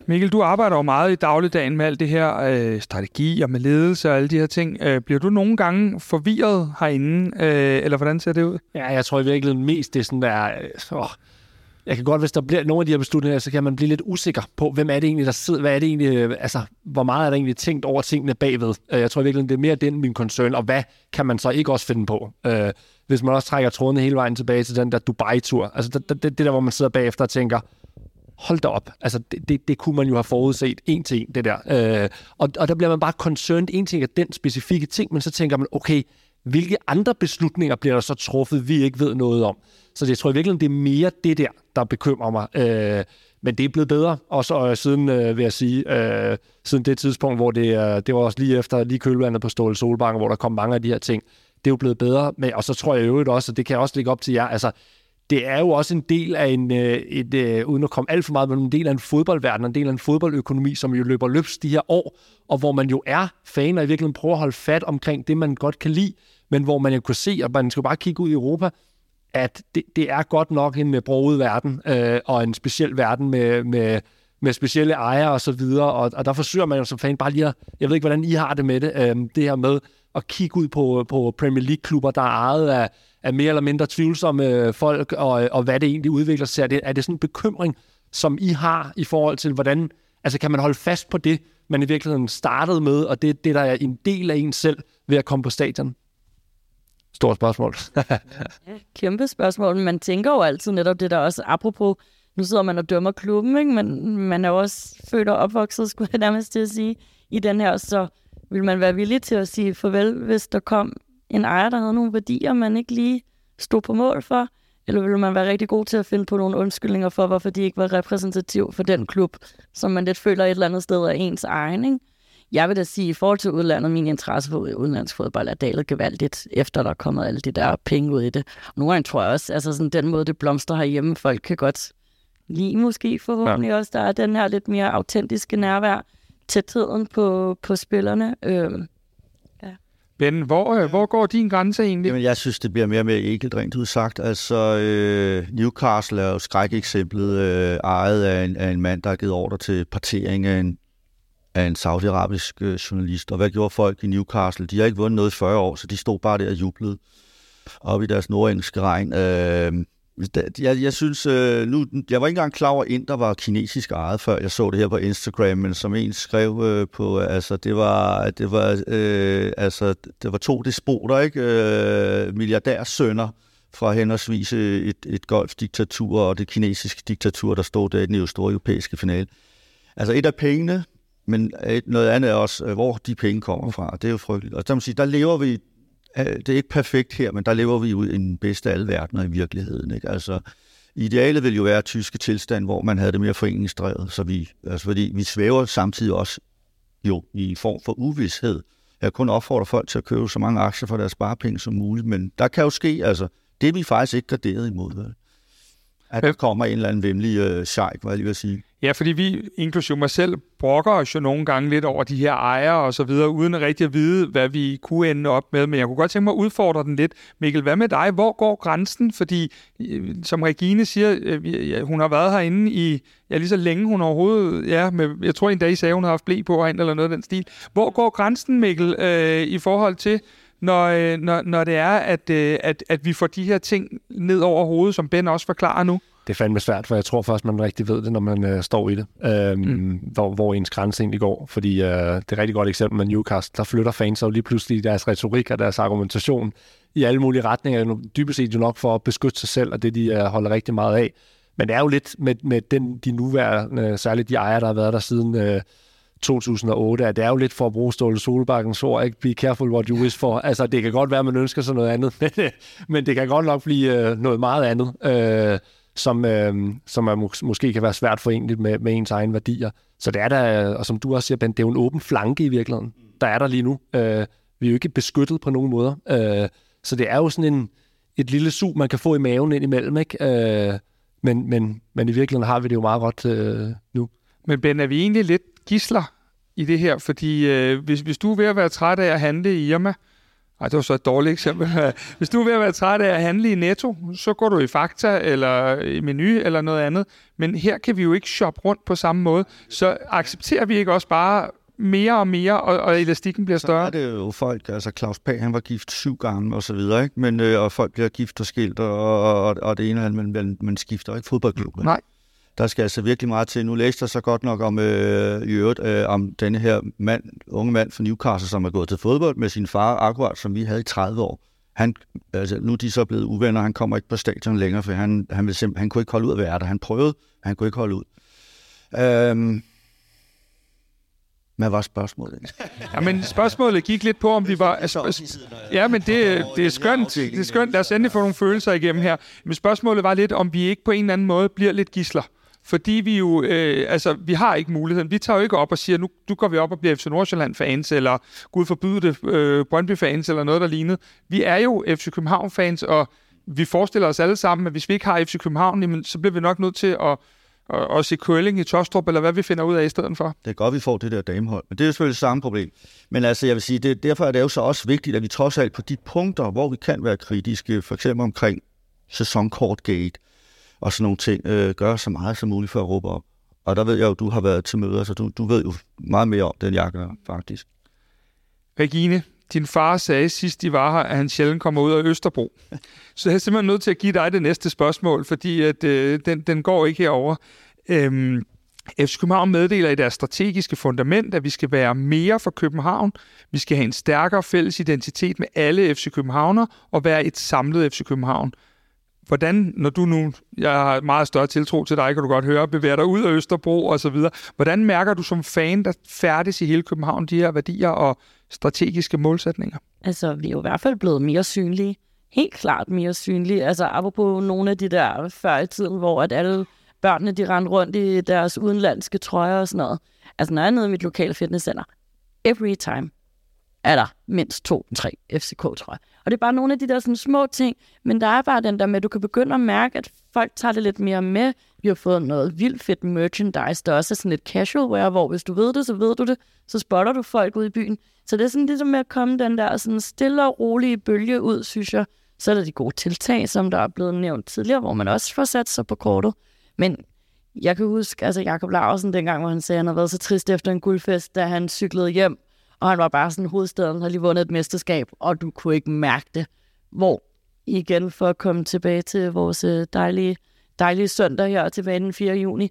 Mikkel, du arbejder jo meget i dagligdagen med alt det her øh, strategi og med ledelse og alle de her ting. Øh, bliver du nogle gange forvirret herinde, øh, eller hvordan ser det ud? Ja, jeg tror i virkeligheden mest, det er sådan der... Øh, jeg kan godt, hvis der bliver nogle af de her beslutninger, så kan man blive lidt usikker på, hvem er det egentlig, der sidder, hvad er det egentlig, altså, hvor meget er der egentlig tænkt over tingene bagved. Jeg tror i virkeligheden, det er mere den min concern, og hvad kan man så ikke også finde på? Øh, hvis man også trækker trådene hele vejen tilbage til den der Dubai-tur, altså det, det, det der, hvor man sidder bagefter og tænker, hold da op, altså det, det, det kunne man jo have forudset en til en, det der. Øh, og, og der bliver man bare concerned, en ting er den specifikke ting, men så tænker man, okay, hvilke andre beslutninger bliver der så truffet, vi ikke ved noget om? Så jeg tror i virkeligheden, det er mere det der, der bekymrer mig. Øh, men det er blevet bedre, også øh, siden, øh, vil jeg sige, øh, siden det tidspunkt, hvor det, øh, det var også lige efter, lige kølvandet på Ståle Solbakken, hvor der kom mange af de her ting. Det er jo blevet bedre, men, og så tror jeg jo også, og det kan jeg også lægge op til jer, altså, det er jo også en del af en, øh, et, øh, uden at komme alt for meget, men en del af en fodboldverden, en del af en fodboldøkonomi, som jo løber løbs de her år, og hvor man jo er fan og i virkeligheden prøver at holde fat omkring det, man godt kan lide, men hvor man jo kan se, at man skal bare kigge ud i Europa, at det, det er godt nok en broget verden, øh, og en speciel verden med, med, med specielle ejere og så videre, og, og der forsøger man jo som fan bare lige at, jeg ved ikke, hvordan I har det med det, øh, det her med at kigge ud på, på Premier League-klubber, der er ejet af, af mere eller mindre tvivlsomme folk, og, og hvad det egentlig udvikler sig. Er det, er det sådan en bekymring, som I har i forhold til, hvordan, altså kan man holde fast på det, man i virkeligheden startede med, og det, det der er en del af en selv ved at komme på stadion? Stort spørgsmål. Ja, kæmpe spørgsmål. Man tænker jo altid netop det der også, apropos, nu sidder man og dømmer klubben, ikke? Men man er jo også født og opvokset, skulle jeg nærmest til at sige, i den her, så vil man være villig til at sige farvel, hvis der kom en ejer, der havde nogle værdier, man ikke lige stod på mål for, eller vil man være rigtig god til at finde på nogle undskyldninger for, hvorfor de ikke var repræsentativ for den klub, som man lidt føler et eller andet sted er ens egen, ikke? Jeg vil da sige, at i forhold til udlandet, min interesse for udenlandsk fodbold er dalet gevaldigt, efter der er kommet alle de der penge ud i det. Og nogle gange tror jeg også, altså sådan den måde, det blomster herhjemme, folk kan godt lide måske forhåbentlig ja. Også, der er den her lidt mere autentiske nærvær, tætheden på, på spillerne. Øh, ja. Ben, hvor, hvor går din grænse egentlig? Jamen, jeg synes, det bliver mere og mere enkelt rent udsagt. Altså, øh, Newcastle er jo skrækeksemplet, øh, ejet af en, af en mand, der har givet ordre til partering af en af en saudiarabisk øh, journalist. Og hvad gjorde folk i Newcastle? De har ikke vundet noget i fyrre år, så de stod bare der og jublede op i deres nordengelske regn. Øh, jeg, jeg synes, øh, nu, jeg var ikke engang klar over, at der var kinesisk ejet, før jeg så det her på Instagram, men som en skrev øh, på, altså det var, det var, øh, altså, det var to despoter, ikke? Øh, milliardærsønner fra henholdsvis et, et golfdiktatur og det kinesiske diktatur, der stod der i den store europæiske finale. Altså et af pengene, men noget andet er også, hvor de penge kommer fra. Det er jo frygteligt. Og der, må sige, der lever vi, det er ikke perfekt her, men der lever vi ud i den bedste af alle verdener i virkeligheden. Ikke? Altså, idealet vil jo være tyske tilstand, hvor man havde det mere foreningsdrevet, så vi, altså, fordi vi svæver samtidig også jo i form for uvished. Jeg kun opfordrer folk til at købe så mange aktier for deres sparepenge som muligt, men der kan jo ske, altså, det er vi faktisk ikke garderet imod, vel? At der kommer en eller anden vemmelig øh, sheik, hvad jeg lige vil sige. Ja, fordi vi, inklusive mig selv, brokker os jo nogle gange lidt over de her ejere og så videre, uden at rigtig at vide, hvad vi kunne ende op med. Men jeg kunne godt tænke mig at udfordre den lidt. Mikkel, hvad med dig? Hvor går grænsen? Fordi, som Regine siger, hun har været herinde i, ja, lige så længe hun overhovedet, ja, med, jeg tror en dag I sagde, hun har haft ble på herinde, eller noget af den stil. Hvor går grænsen, Mikkel, øh, i forhold til, når, når, når det er, at, at, at vi får de her ting ned over hovedet, som Ben også forklarer nu? Det er fandme svært, for jeg tror først, man rigtig ved det, når man øh, står i det, øh, mm. hvor, hvor ens grænse egentlig går. Fordi øh, det er et rigtig godt eksempel med Newcastle. Der flytter fans jo lige pludselig deres retorik og deres argumentation i alle mulige retninger. Dybest set jo nok for at beskytte sig selv, og det de øh, holder rigtig meget af. Men det er jo lidt med, med den, de nuværende, særligt de ejere, der har været der siden øh, to tusind og otte, at det er jo lidt for at bruge Ståle Solbakkens ord, ikke? Be careful what you wish for. Altså, det kan godt være, at man ønsker sig noget andet, men, men det kan godt nok blive øh, noget meget andet. Øh, som, øh, som er mås- måske kan være svært forenligt med, med ens egne værdier. Så det er der, og som du også siger, Ben, det er jo en åben flanke i virkeligheden, der er der lige nu. Øh, vi er jo ikke beskyttet på nogen måder. Øh, så det er jo sådan en, et lille sug, man kan få i maven ind imellem, ikke? Øh, men, men, men i virkeligheden har vi det jo meget godt øh, nu. Men Ben, er vi egentlig lidt gidsler i det her? Fordi øh, hvis, hvis du er ved at være træt af at handle i Irma, Ej, det var så et dårligt eksempel. Hvis du er ved at være træt af at handle i Netto, så går du i Fakta eller i Menu eller noget andet. Men her kan vi jo ikke shoppe rundt på samme måde. Så accepterer vi ikke også bare mere og mere, og, og elastikken bliver større? Så er det jo folk, altså Claus Pagh, han var gift syv gange og så videre, ikke? Men, øh, og folk bliver gift og skilt, og, og, og det ene, men man, man skifter ikke fodboldklubben. Nej. Der skal altså virkelig meget til. Nu læste jeg så godt nok om, øh, i øvrigt, øh, om denne her mand, unge mand fra Newcastle, som er gået til fodbold med sin far, akkurat som vi havde i tredive år. Han, altså, nu er de så blevet uvenner, han kommer ikke på stadion længere, for han, han, vil simpelthen, han kunne ikke holde ud at være der. Han prøvede, han kunne ikke holde ud. Øhm, Hvad var spørgsmålet? Ja, men spørgsmålet gik lidt på, om vi var... Altså, ja, men det, det er skønt. Det er skønt. Lad os endelig få nogle følelser igennem her. Men spørgsmålet var lidt, om vi ikke på en eller anden måde bliver lidt gidsler. Fordi vi jo... Øh, altså, vi har ikke muligheden. Vi tager jo ikke op og siger, nu, nu går vi op og bliver F C Nordsjælland-fans, eller Gud forbyde det, øh, Brøndby-fans, eller noget, der lignede. Vi er jo F C København-fans, og vi forestiller os alle sammen, at hvis vi ikke har F C København, jamen, så bliver vi nok nødt til at... Og, og se curling i Tostrup, eller hvad vi finder ud af i stedet for. Det er godt, vi får det der damehold, men det er jo selvfølgelig samme problem. Men altså, jeg vil sige, det, derfor er det jo så også vigtigt, at vi trods alt på de punkter, hvor vi kan være kritiske, for eksempel omkring sæsonkortgate og sådan nogle ting, øh, gør så meget som muligt for at råbe op. Og der ved jeg jo, du har været til møder, så du, du ved jo meget mere om det, end jeg gør, faktisk. Regine, din far sagde sidst, de var her, at han sjældent kommer ud af Østerbro. Så jeg er simpelthen nødt til at give dig det næste spørgsmål, fordi at, øh, den, den går ikke herover. Øhm, F C København meddeler i deres strategiske fundament, at vi skal være mere for København. Vi skal have en stærkere fælles identitet med alle F C Københavner og være et samlet F C København. Hvordan, når du nu, jeg har meget større tiltro til dig, kan du godt høre, bevæger dig ud af Østerbro og så videre. Hvordan mærker du som fan, der færdes i hele København, de her værdier og strategiske målsætninger? Altså, vi er jo i hvert fald blevet mere synlige. Helt klart mere synlige. Altså, apropos nogle af de der før i tiden, hvor at alle børnene, de rendte rundt i deres udenlandske trøjer og sådan noget. Altså, når jeg er nede i mit lokale fitnesscenter, every time er der mindst to, tre F C K-trøjer. Og det er bare nogle af de der sådan små ting, men der er bare den der med, at du kan begynde at mærke, at folk tager det lidt mere med. Vi har fået noget vildt fedt merchandise, der også er sådan lidt casual wear, hvor hvis du ved det, så ved du det, så spotter du folk ude i byen. Så det er sådan ligesom med at komme den der sådan stille og rolige bølge ud, synes jeg. Så er der de gode tiltag, som der er blevet nævnt tidligere, hvor man også får sat sig på kortet. Men jeg kan huske, altså Jakob Laursen dengang, hvor han sagde, at han havde været så trist efter en guldfest, da han cyklede hjem, og han var bare sådan, hovedstaden har lige vundet et mesterskab, og du kunne ikke mærke det. Hvor, igen for at komme tilbage til vores dejlige, dejlige søndag her tilbage den fjerde juni,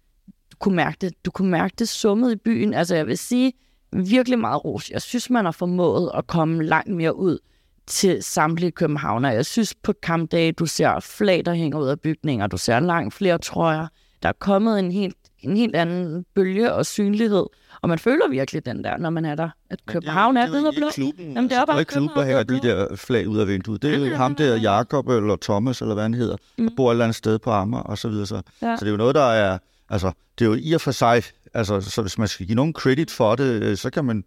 du kunne mærke det, du kunne mærke det summet i byen. Altså jeg vil sige, virkelig meget ros. Jeg synes, man har formået at komme langt mere ud til samtlige københavner. Jeg synes på kampdage, du ser flag, der hænger ud af bygninger, du ser langt flere trøjer. Der er kommet en helt, en helt anden bølge og synlighed, og man føler virkelig den der, når man er der, at København er hvid og blå. Jamen, det er bare klubben, der hænger de der flag ud af vinduet. Det er jo ham der, Jakob eller Thomas, eller hvad han hedder, der bor et eller andet sted på Amager, og så videre. Så. Ja. så det er jo noget, der er, altså, det er jo i og for sig, altså, så hvis man skal give nogen credit for det, så kan man,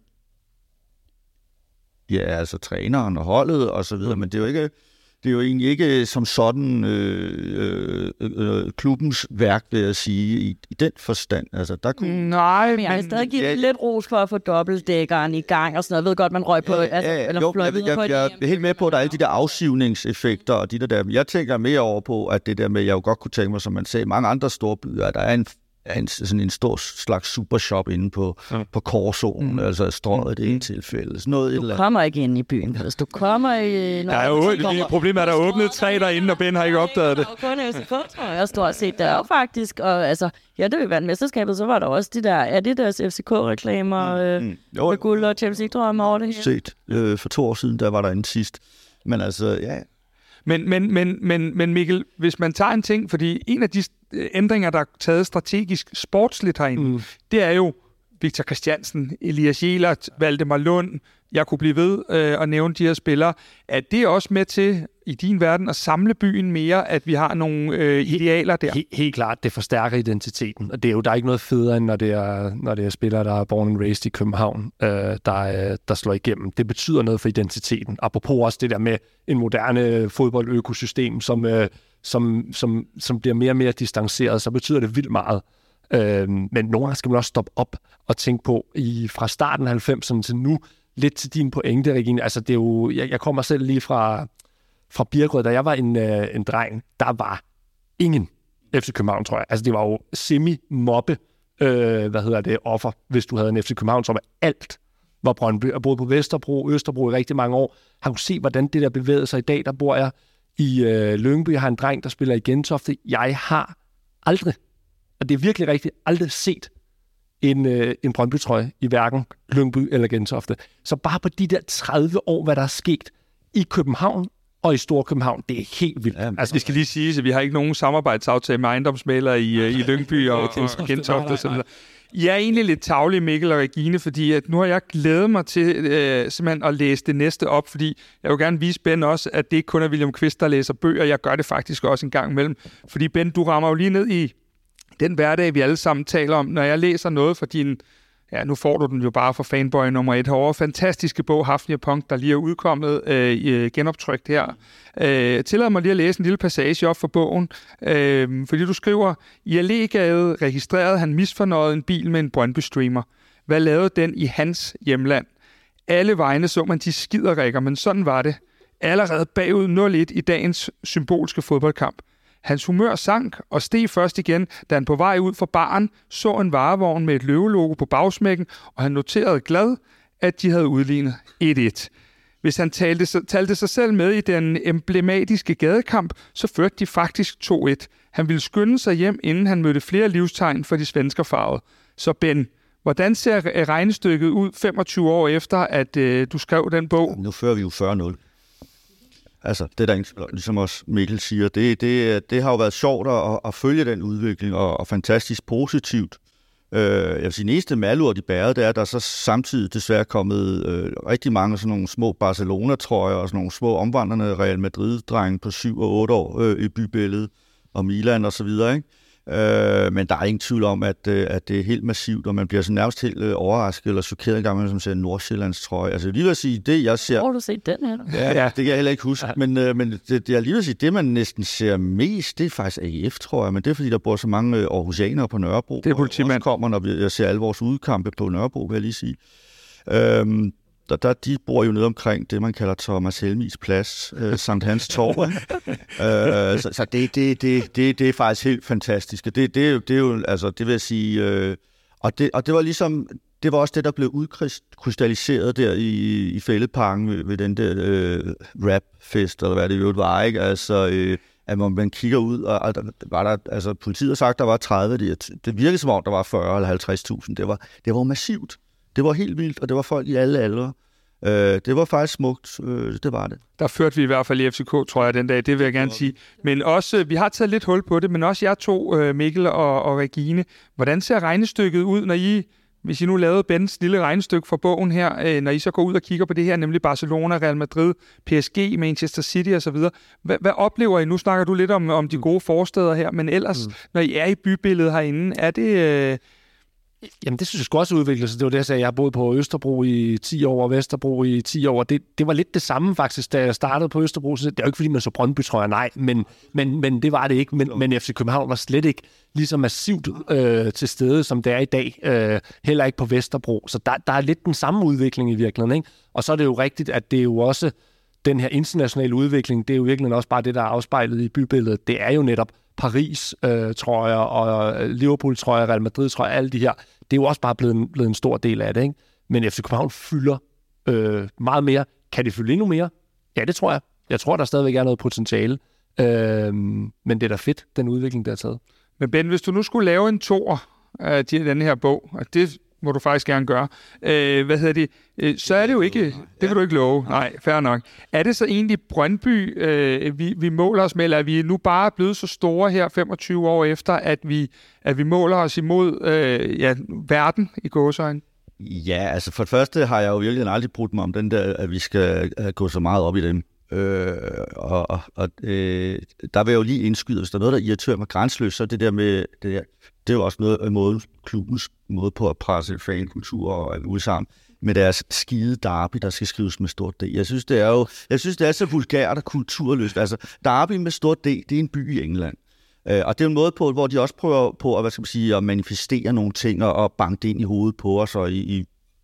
ja, altså træneren og holdet og så videre, men det er jo ikke, det er jo egentlig ikke som sådan øh, øh, øh, klubbens værk, vil jeg sige, i, i den forstand. Altså, der kunne... Nej, men jeg har stadig givet ja, lidt ros for at få dobbeltdækkeren i gang og sådan noget. Jeg ved godt, man røg på... Ja, altså, ja, eller jo, jeg, jeg, jeg, jeg er helt med på, at der er alle de der afsivningseffekter og de der der. Jeg tænker mere over på, at det der med, jeg jo godt kunne tænke mig, som man sagde, mange andre store byer, at der er en en, sådan en stor slags supershop inde på, ja. på Korsoen, mm. altså strøget i et tilfælde. Sådan noget, du eller... kommer ikke ind i byen, hvis du kommer i... Der er jo, det problemet er, at der er åbnet tre derinde, og Ben har ikke opdaget det. Og kun F C K, tror jeg, stort set der faktisk. Og altså, ja, det vil være mesterskabet, så var der også de der, er det deres F C K-reklamer mm. øh, mm. med guld og Champions League-drømme over det hele? Set. Øh, for to år siden, der var der en sidst. Men altså, ja... Men, men, men, men, men Mikkel, hvis man tager en ting, fordi en af de ændringer, der er taget strategisk sportsligt herinde, mm. det er jo Victor Christiansen, Elias Jelert, Valdemar Lund, jeg kunne blive ved øh, at nævne de her spillere. Er det også med til, i din verden, at samle byen mere, at vi har nogle øh, idealer der? Helt, helt klart, det forstærker identiteten. Og det er jo, der er ikke noget federe, end når det er, når det er spillere, der er born and raised i København, øh, der, der slår igennem. Det betyder noget for identiteten. Apropos også det der med en moderne fodboldøkosystem, som, øh, som, som, som bliver mere og mere distanceret, så betyder det vildt meget. Øh, men nogle gange skal man også stoppe op og tænke på, i fra starten af halvfemserne til nu, lidt til din pointe, Regine. Altså, det er jo, jeg, jeg kommer selv lige fra, fra Birkerød. Da jeg var en, øh, en dreng, der var ingen F C København, tror jeg. Altså, det var jo semi-mobbe, øh, hvad hedder det, offer, hvis du havde en F C København, som alt var Brøndby. Jeg boede på Vesterbro, Østerbro i rigtig mange år. Har du set, hvordan det der bevægede sig i dag? Der bor jeg i øh, Lyngby. Jeg har en dreng, der spiller i Gentofte. Jeg har aldrig, og det er virkelig rigtigt, aldrig set en, øh, en Brøndby-trøje i hverken Lyngby eller Gentofte. Så bare på de der tredive år, hvad der er sket i København og i Storkøbenhavn, det er helt vildt. Ja, altså, vi skal lige sige, at vi har ikke nogen samarbejdsaftale med ejendomsmælere i, i Lyngby og, og Gentofte. Og sådan. Jeg er egentlig lidt tavlig, Mikkel og Regine, fordi at nu har jeg glædet mig til øh, simpelthen at læse det næste op, fordi jeg vil gerne vise Ben også, at det ikke kun er William Kvist, der læser bøger. Jeg gør det faktisk også en gang imellem. Fordi Ben, du rammer jo lige ned i den hverdag, vi alle sammen taler om. Når jeg læser noget fra din, ja, nu får du den jo bare for fanboy nummer et herovre, fantastiske bog, Hafnia Punk, der lige er udkommet, øh, genoptrykt her. Øh, tillad mig lige at læse en lille passage op for bogen, øh, fordi du skriver, i Allégade registrerede han misfornøjet en bil med en Brøndby-streamer. Hvad lavede den i hans hjemland? Alle vegne så man de skiderikker, men sådan var det. Allerede bagud nul et i dagens symbolske fodboldkamp. Hans humør sank og steg først igen, da han på vej ud fra baren så en varevogn med et løvelogo på bagsmækken, og han noterede glad, at de havde udlignet et et. Hvis han talte, talte sig selv med i den emblematiske gadekamp, så førte de faktisk to et. Han ville skynde sig hjem, inden han mødte flere livstegn for de svenskerfarvede. Så Ben, hvordan ser regnestykket ud femogtyve år efter, at øh, du skrev den bog? Nu fører vi jo fyrre nul. Altså, det der, ligesom også Mikkel siger, det, det, det har jo været sjovt at, at følge den udvikling, og, og fantastisk positivt. Øh, jeg vil sige, den eneste malurt i bæret, det er, at der er så samtidig desværre kommet øh, rigtig mange sådan nogle små Barcelona-trøjer, og sådan nogle små omvandrende Real Madrid-drenge på syv og otte år øh, i bybilledet, og Milan og så videre, ikke? Øh, men der er ingen tvivl om, at, øh, at det er helt massivt, og man bliver så nærmest helt øh, overrasket eller chokeret en gang, når man ser Nordsjællands trøje. Altså, jeg lige vil sige, det jeg ser... Har du set den her? Ja, ja, det kan jeg heller ikke huske, ja. men, øh, men det, det, jeg lige vil sige, det man næsten ser mest, det er faktisk A F, tror jeg, men det er fordi, der bor så mange øh, aarhusianere på Nørrebro. Det er politimand. Og kommer, når jeg ser alle vores udkampe på Nørrebro, vil jeg lige sige. Øhm, Der, der, de bor jo nede omkring det, man kalder Thomas Helmis Plads, øh, Sankt Hans Torv. øh, så så det, det, det, det, det er faktisk helt fantastisk. Det, det, det er jo, altså, det vil jeg sige, øh, og, det, og det var ligesom, det var også det, der blev udkrystalliseret der i, i Fælledparken ved, ved den der øh, rapfest, eller hvad det jo var, ikke? Altså, øh, at man, man kigger ud, og, og der var der, altså politiet har sagt, der var tredive, det, det virkede som om, der var fyrre eller halvtreds tusind. Det var, det var massivt. Det var helt vildt, og det var folk i alle aldre. Øh, det var faktisk smukt, øh, det var det. Der førte vi i hvert fald i F C K, tror jeg, den dag, det vil jeg gerne sige. Men også, vi har taget lidt hul på det, men også jer to, Mikkel og, og Regine. Hvordan ser regnestykket ud, når I, hvis I nu lavede Bens lille regnestykke fra bogen her, når I så går ud og kigger på det her, nemlig Barcelona, Real Madrid, P S G, Manchester City osv. Hvad, hvad oplever I? Nu snakker du lidt om, om de gode forsteder her, men ellers, mm. når I er i bybilledet herinde, er det... Øh, Jamen, det synes jeg skulle også udvikle sig. Det var det, jeg sagde. Jeg har boet på Østerbro i ti år, og Vesterbro i ti år. Det, det var lidt det samme, faktisk, da jeg startede på Østerbro. Det er jo ikke, fordi man så Brøndby, tror jeg, nej. Men, men, men det var det ikke. Men, men F C København var slet ikke lige så massivt øh, til stede, som det er i dag. Øh, heller ikke på Vesterbro. Så der, der er lidt den samme udvikling i virkeligheden, ikke? Og så er det jo rigtigt, at det er jo også den her internationale udvikling. Det er jo virkelig også bare det, der er afspejlet i bybilledet. Det er jo netop Paris-trøjer øh, og Liverpool-trøjer, Real Madrid-trøjer, alle de her. Det er jo også bare blevet en, blevet en stor del af det, ikke? Men F C København fylder øh, meget mere. Kan det fylde endnu mere? Ja, det tror jeg. Jeg tror, der stadigvæk er noget potentiale. Øh, men det er da fedt, den udvikling, der er taget. Men Ben, hvis du nu skulle lave en toer af den her bog, og det må du faktisk gerne gøre, øh, hvad hedder det, øh, så er det jo ikke, det kan du ikke love, nej, fair nok. Er det så egentlig Brøndby, øh, vi, vi måler os med, eller er vi nu bare blevet så store her femogtyve år efter, at vi, at vi måler os imod øh, ja, verden i gåseøjne? Ja, altså for det første har jeg jo virkelig aldrig brudt mig om den der, at vi skal gå så meget op i dem. Øh, og og øh, der vil jeg jo lige indskyde, hvis der er noget, der irriterer mig grænseløst, så det der med, det, der, det er jo også noget af måden, klubbens måde på at presse fankultur og alt muligt sammen, med deres skide derby, der skal skrives med stort D. Jeg synes, det er jo, jeg synes, det er så vulgært og kulturløst. Altså, derby med stort D, det er en by i England. Øh, og det er en måde på, hvor de også prøver på at, hvad skal man sige, at manifestere nogle ting og banke det ind i hovedet på os og i, i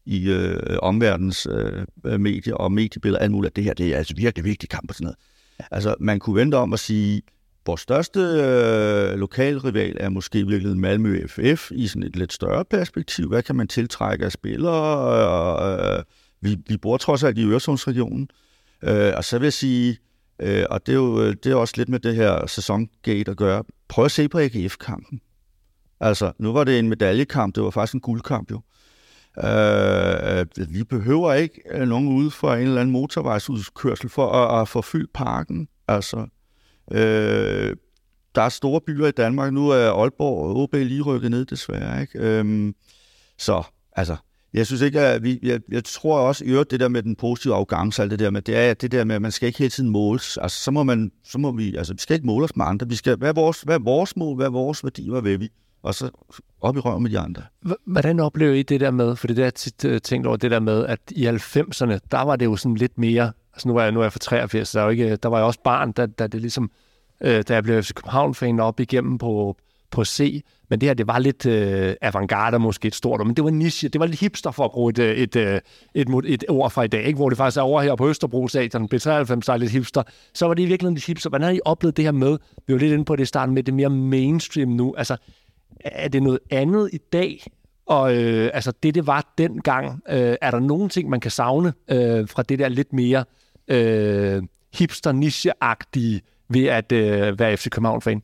i øh, omverdens øh, medier og mediebilleder, alt muligt, at det her det er altså virkelig vigtig kamp og sådan noget. Altså, man kunne vente om at sige, vores største øh, lokalrival er måske virkelig Malmø F F i sådan et lidt større perspektiv. Hvad kan man tiltrække af spillere? Øh, vi, vi bor trods alt i Øresundsregionen. Øh, og så vil jeg sige, øh, og det er jo det er også lidt med det her sæsongate at gøre, prøv at se på A G F-kampen. Altså, nu var det en medaljekamp, det var faktisk en guldkamp jo. Øh, vi behøver ikke nogen ude fra en eller anden motorvejsudkørsel for at, at få fyldt parken. Altså, øh, der er store byer i Danmark. Nu er Aalborg og O B lige rykket ned, desværre. Ikke? Øh, så, altså, jeg synes ikke, at vi, jeg, jeg tror også, i øvrigt det der med den positive afgang, alt det der med, det er det der med, at man skal ikke hele tiden måles. Altså, så må man, så må vi, altså, vi skal ikke måle os med andre. Vi skal, hvad er vores, hvad er vores mål, hvad er vores værdi, hvad vil vi? Og så op i røven med de andre. Hvordan oplever I det der med, for det der tit tænkt over det der med, at i halvfemserne, der var det jo sådan lidt mere, altså nu er jeg, nu er jeg fra treogfirs, der, er jo ikke, der var jeg også barn, da, da det ligesom, øh, da jeg blev F C København-fan op igennem på, på C, men det her, det var lidt øh, avantgarde, måske et stort ord, men det var niche, det var lidt hipster for at bruge et, et, et, et, et ord fra i dag, ikke? Hvor det faktisk er over her på Østerbro Stadion, B treoghalvfems, der er lidt hipster, så var det i virkeligheden lidt hipster. Hvordan har I oplevet det her med, vi var lidt inde på det i starten med det mere mainstream nu, altså er det noget andet i dag, og øh, altså det, det var dengang? Øh, er der nogle ting, man kan savne øh, fra det der lidt mere øh, hipster-niche-agtige ved at øh, være F C København-fan?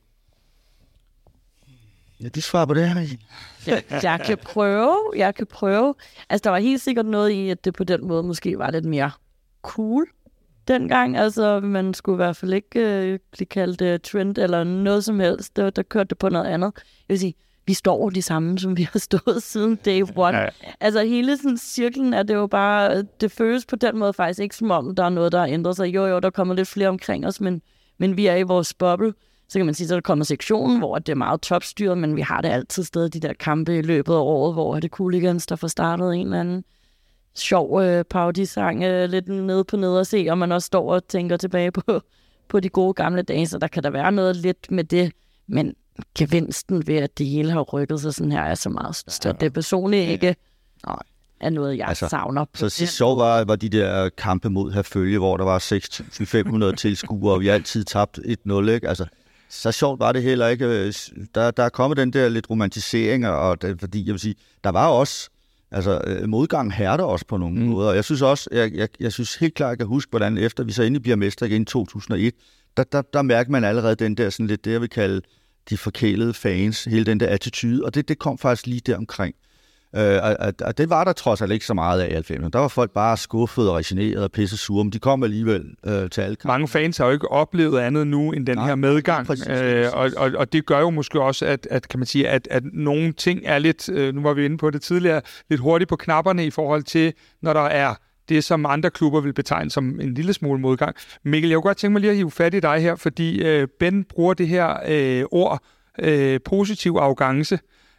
Ja, de svarer på det her. jeg, jeg kan prøve, jeg kan prøve. Altså, der var helt sikkert noget i, at det på den måde måske var lidt mere cool dengang. Altså, man skulle i hvert fald ikke øh, blive kaldt uh, trend eller noget som helst. Der, der kørte det på noget andet. Jeg vil sige, vi står de samme, som vi har stået siden day one. Ja. Altså, hele sådan cirklen er det jo bare, det føles på den måde faktisk ikke som om, der er noget, der har ændret sig. Jo, jo, der kommer lidt flere omkring os, men, men vi er i vores boble. Så kan man sige, så der kommer sektionen, hvor det er meget topstyret, men vi har det altid stadig, de der kampe i løbet af året, hvor det Cooligans, der får startet en eller anden sjov øh, parodisang øh, lidt nede på nede og se, og man også står og tænker tilbage på, på de gode gamle dage, så der kan der være noget lidt med det, men gevinsten ved, at det hele har rykket sig sådan her, er så meget større. Det er personligt ikke Nej. er noget, jeg altså, savner. Så sidst sjov var, var de der kampe mod Herfølge, hvor der var seks tusind fem hundrede tilskuere, og vi altid tabte et nul, ikke? Altså, så sjovt var det heller ikke. Der, der er kommet den der lidt romantisering, og det, fordi jeg vil sige, der var også, altså modgang hærder også på nogle mm. måder. Jeg synes også, jeg, jeg, jeg synes helt klart, jeg kan huske, hvordan efter vi så endelig bliver mestre igen i to tusind og et, der, der, der mærker man allerede den der sådan lidt, det jeg vil kalde de forkælede fans, hele den der attitude, og det, det kom faktisk lige der omkring. Øh, og, og det var der trods alt ikke så meget af i halvfemserne. Der var folk bare skuffede og resigneret og pisse sure, men de kom alligevel øh, til alle kampe. Mange fans har jo ikke oplevet andet nu end den Nej, her medgang, præcis, øh, og, og, og det gør jo måske også, at, at kan man sige, at, at nogle ting er lidt, øh, nu var vi inde på det tidligere, lidt hurtigt på knapperne i forhold til, når der er det, som andre klubber vil betegne som en lille smule modgang. Mikkel, jeg kunne godt tænke mig lige at hive fat i dig her, fordi øh, Ben bruger det her øh, ord, øh, positiv arrogance.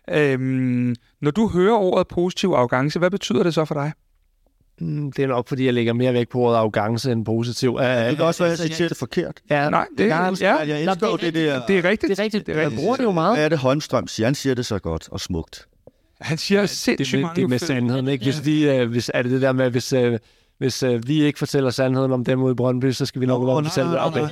Øhm, når du hører ordet positiv arrogance, hvad betyder det så for dig? Mm, det er nok, fordi jeg lægger mere vægt på ordet arrogance end positiv. Ja, det kan også være, at jeg siger det forkert. Ja, Nej, det, jeg, ja. jeg elsker jo det der. Det er rigtigt. Det er rigtigt. Det er rigtigt. Jeg bruger det jo meget. Hvad er det Holmstrøm siger? Han siger det så godt og smukt. Han siger sindssygt mange. Det er med sandheden, ikke? Hvis de, uh, hvis, er det det der med, hvis... Uh, Hvis øh, vi ikke fortæller sandheden om dem ude i Brøndby, så skal vi nok lov at fortælle det om det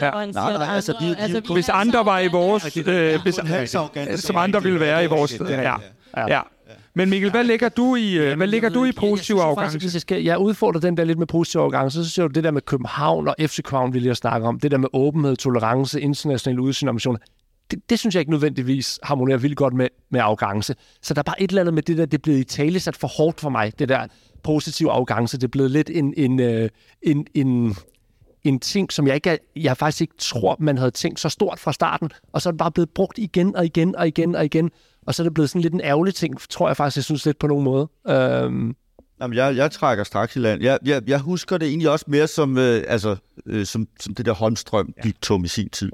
her. Hvis andre var i vores... Øh, hvis, som andre ville være i vores... Ja. Ja. Men Mikkel, hvad lægger du i, øh, hvad lægger du i positiv arrogance? Hvis jeg, skal, jeg udfordrer den der lidt med positiv arrogance, så siger du det der med København og F C København, vil jeg snakke om. Det der med åbenhed, tolerance, international udsyn og ambitioner. Det, det synes jeg ikke nødvendigvis harmonerer vildt godt med, med arrogance. Så der er bare et eller andet med det der, det er blevet i tale sat for hårdt for mig, det der positiv arrogance. Det er blevet lidt en, en, en, en, en, en ting, som jeg ikke er, jeg faktisk ikke tror, man havde tænkt så stort fra starten, og så er det bare blevet brugt igen og igen og igen og igen, og så er det blevet sådan lidt en ærgerlig ting, tror jeg faktisk, jeg synes lidt på nogen måde. Øhm. Jamen, jeg, jeg trækker straks i land. Jeg, jeg, jeg husker det egentlig også mere som, øh, altså, øh, som, som det der Holmstrøm-diktum i sin tid.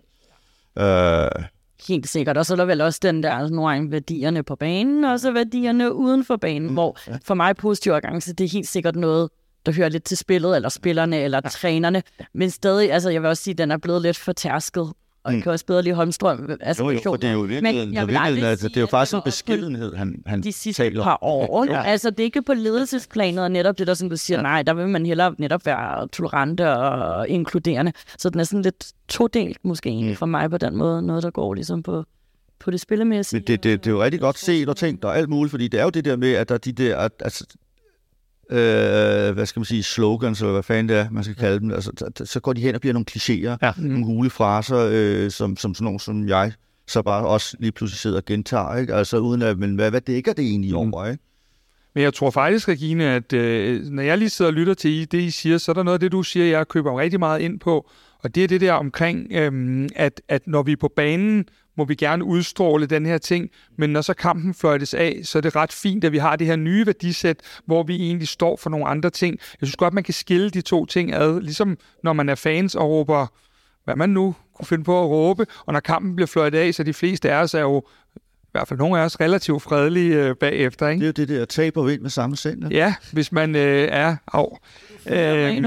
Øh, Helt sikkert. Og så er der vel også den der, altså nogle gange værdierne på banen, og så værdierne uden for banen, mm, hvor ja. For mig positiv arrogance, det er helt sikkert noget, der hører lidt til spillet, eller spillerne, eller ja. Trænerne. Men stadig, altså jeg vil også sige, den er blevet lidt fortærsket og jeg kan også bedre lide Holmstrøm. Altså, jo, jo, for det er jo virkelig, det, altså, det er jo faktisk en beskedenhed, han, han de sidste taler. par år. Ja. Altså, det er ikke på ledelsesplanet, og netop det, der som du siger, ja. nej, der vil man hellere netop være tolerante og inkluderende. Så den er sådan lidt todelt måske egentlig for mig på den måde, noget der går ligesom på, på det spillemæssige. Men det, det, det er jo rigtig godt set og tænkt og alt muligt, fordi det er jo det der med, at der er de der, at, altså, øh, hvad skal man sige, slogans, eller hvad fanden det er, man skal kalde dem, altså, så går de hen og bliver nogle klichéer, ja. nogle hule fraser, øh, som, som sådan nogle som jeg, så bare også lige pludselig sidder og gentager, ikke? Altså uden at, men hvad, hvad dækker det egentlig mm. over, ikke? Men jeg tror faktisk, Regine, at øh, når jeg lige sidder og lytter til det, I siger, så er der noget af det, du siger, jeg køber rigtig meget ind på, og det er det der omkring, øh, at, at når vi er på banen, må vi gerne udstråle den her ting, men når så kampen fløjtes af, så er det ret fint, at vi har det her nye værdisæt, hvor vi egentlig står for nogle andre ting. Jeg synes godt, man kan skille de to ting ad, ligesom når man er fans og råber, hvad man nu kunne finde på at råbe, og når kampen bliver fløjtet af, så de fleste af os er jo, i hvert fald nogle af os, relativt fredelige øh, bagefter, ikke? Det er jo det der tab og vind med samme sender. Ja, hvis man øh, er... Au. Øh,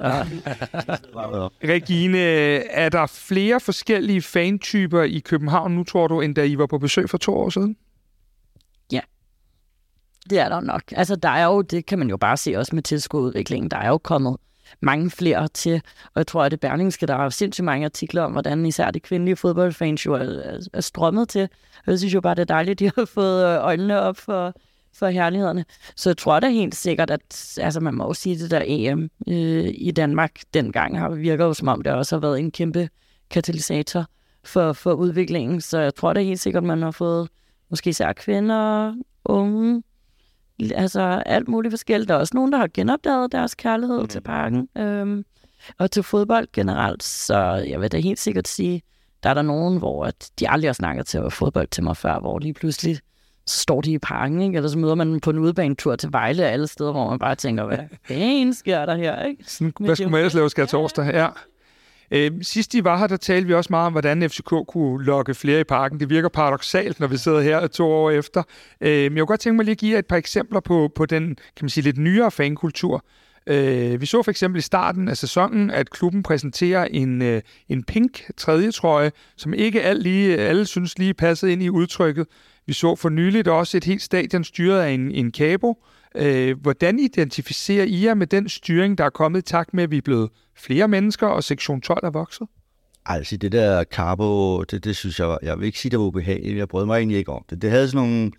Regine, er der flere forskellige fantyper i København nu, tror du, end da I var på besøg for to år siden? Ja, det er der nok. Altså, der er jo, det kan man jo bare se også med tilskuerudviklingen, der er jo kommet mange flere til, og jeg tror, at det Berlingske, der er sindssygt mange artikler om, hvordan især de kvindelige fodboldfans jo er, er strømmet til. Jeg synes jo bare, det er dejligt, at de har fået øjnene op for, for herlighederne. Så jeg tror da helt sikkert, at altså, man må jo sige, det der E M øh, i Danmark dengang har virker jo som om, det også har været en kæmpe katalysator for, for udviklingen. Så jeg tror da helt sikkert, at man har fået måske især kvinder, unge, altså alt muligt forskelligt. Der er også nogen, der har genopdaget deres kærlighed mm. til parken øhm, og til fodbold generelt. Så jeg vil da helt sikkert sige, der er der nogen, hvor at de aldrig har snakket til fodbold til mig før, hvor lige pludselig står de i parken, ikke? Eller så møder man på en udebanetur til Vejle alle steder, hvor man bare tænker, hvad fanden sker der her? Ikke? Sådan, hvad skulle man ellers lave skær torsdag? Ja. Øh, sidst I var her, der talte vi også meget om, hvordan F C K kunne lokke flere i parken. Det virker paradoksalt, når vi sidder her to år efter. Øh, men jeg kunne godt tænke mig lige at give jer et par eksempler på, på den, kan man sige, lidt nyere fankultur. Øh, vi så for eksempel i starten af sæsonen, at klubben præsenterer en, øh, en pink tredje trøje, som ikke alle, lige, alle synes lige passede ind i udtrykket. Vi så for nyligt også et helt stadion styret af en, en cabo. Øh, hvordan identificerer I jer med den styring, der er kommet i takt med, at vi er blevet flere mennesker, og sektion tolv er vokset? Altså, det der carbo, det, det synes jeg, jeg vil ikke sige, det var ubehageligt. Jeg brød mig egentlig ikke om det. Det havde sådan nogle,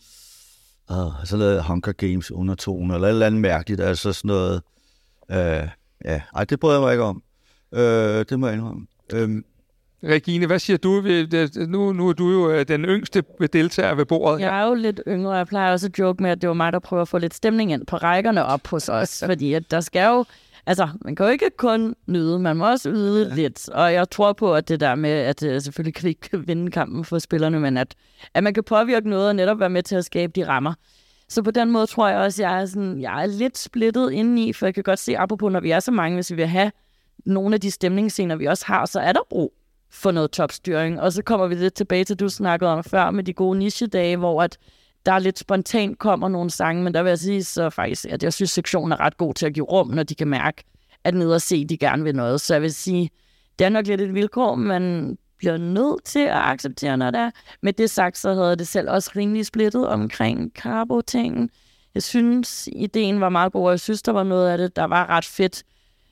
øh, så lavede Hunger Games undertoner, eller et eller andet mærkeligt, altså sådan noget, øh, ja, ej, det brød jeg mig ikke om. Øh, det må jeg indrømme. Øh, Regine, hvad siger du? Nu, nu er du jo den yngste deltager ved bordet. Jeg er jo lidt yngre, og jeg plejer også at joke med, at det var mig, der prøver at få lidt stemning ind på rækkerne op hos os, fordi at der skal jo, altså man kan jo ikke kun nyde, man må også yde ja. lidt, og jeg tror på, at det der med, at selvfølgelig kan vi ikke vinde kampen for spillerne, men at, at man kan påvirke noget og netop være med til at skabe de rammer. Så på den måde tror jeg også, at jeg er, sådan, jeg er lidt splittet indeni, for jeg kan godt se, apropos, når vi er så mange, hvis vi vil have nogle af de stemningsscener, vi også har, så er der brug for noget topstyring. Og så kommer vi lidt tilbage til, du snakkede om før, med de gode niche-dage, hvor at der lidt spontant kommer nogle sange, men der vil jeg sige så faktisk, at jeg synes, sektionen er ret god til at give rum, når de kan mærke, at ned og se, de gerne vil noget. Så jeg vil sige, det er nok lidt et vilkår, man bliver nødt til at acceptere, når det er. Med det sagt, så havde det selv også rimelig splittet omkring carbo-tingen. Jeg synes, ideen var meget god, og jeg synes, der var noget af det, der var ret fedt.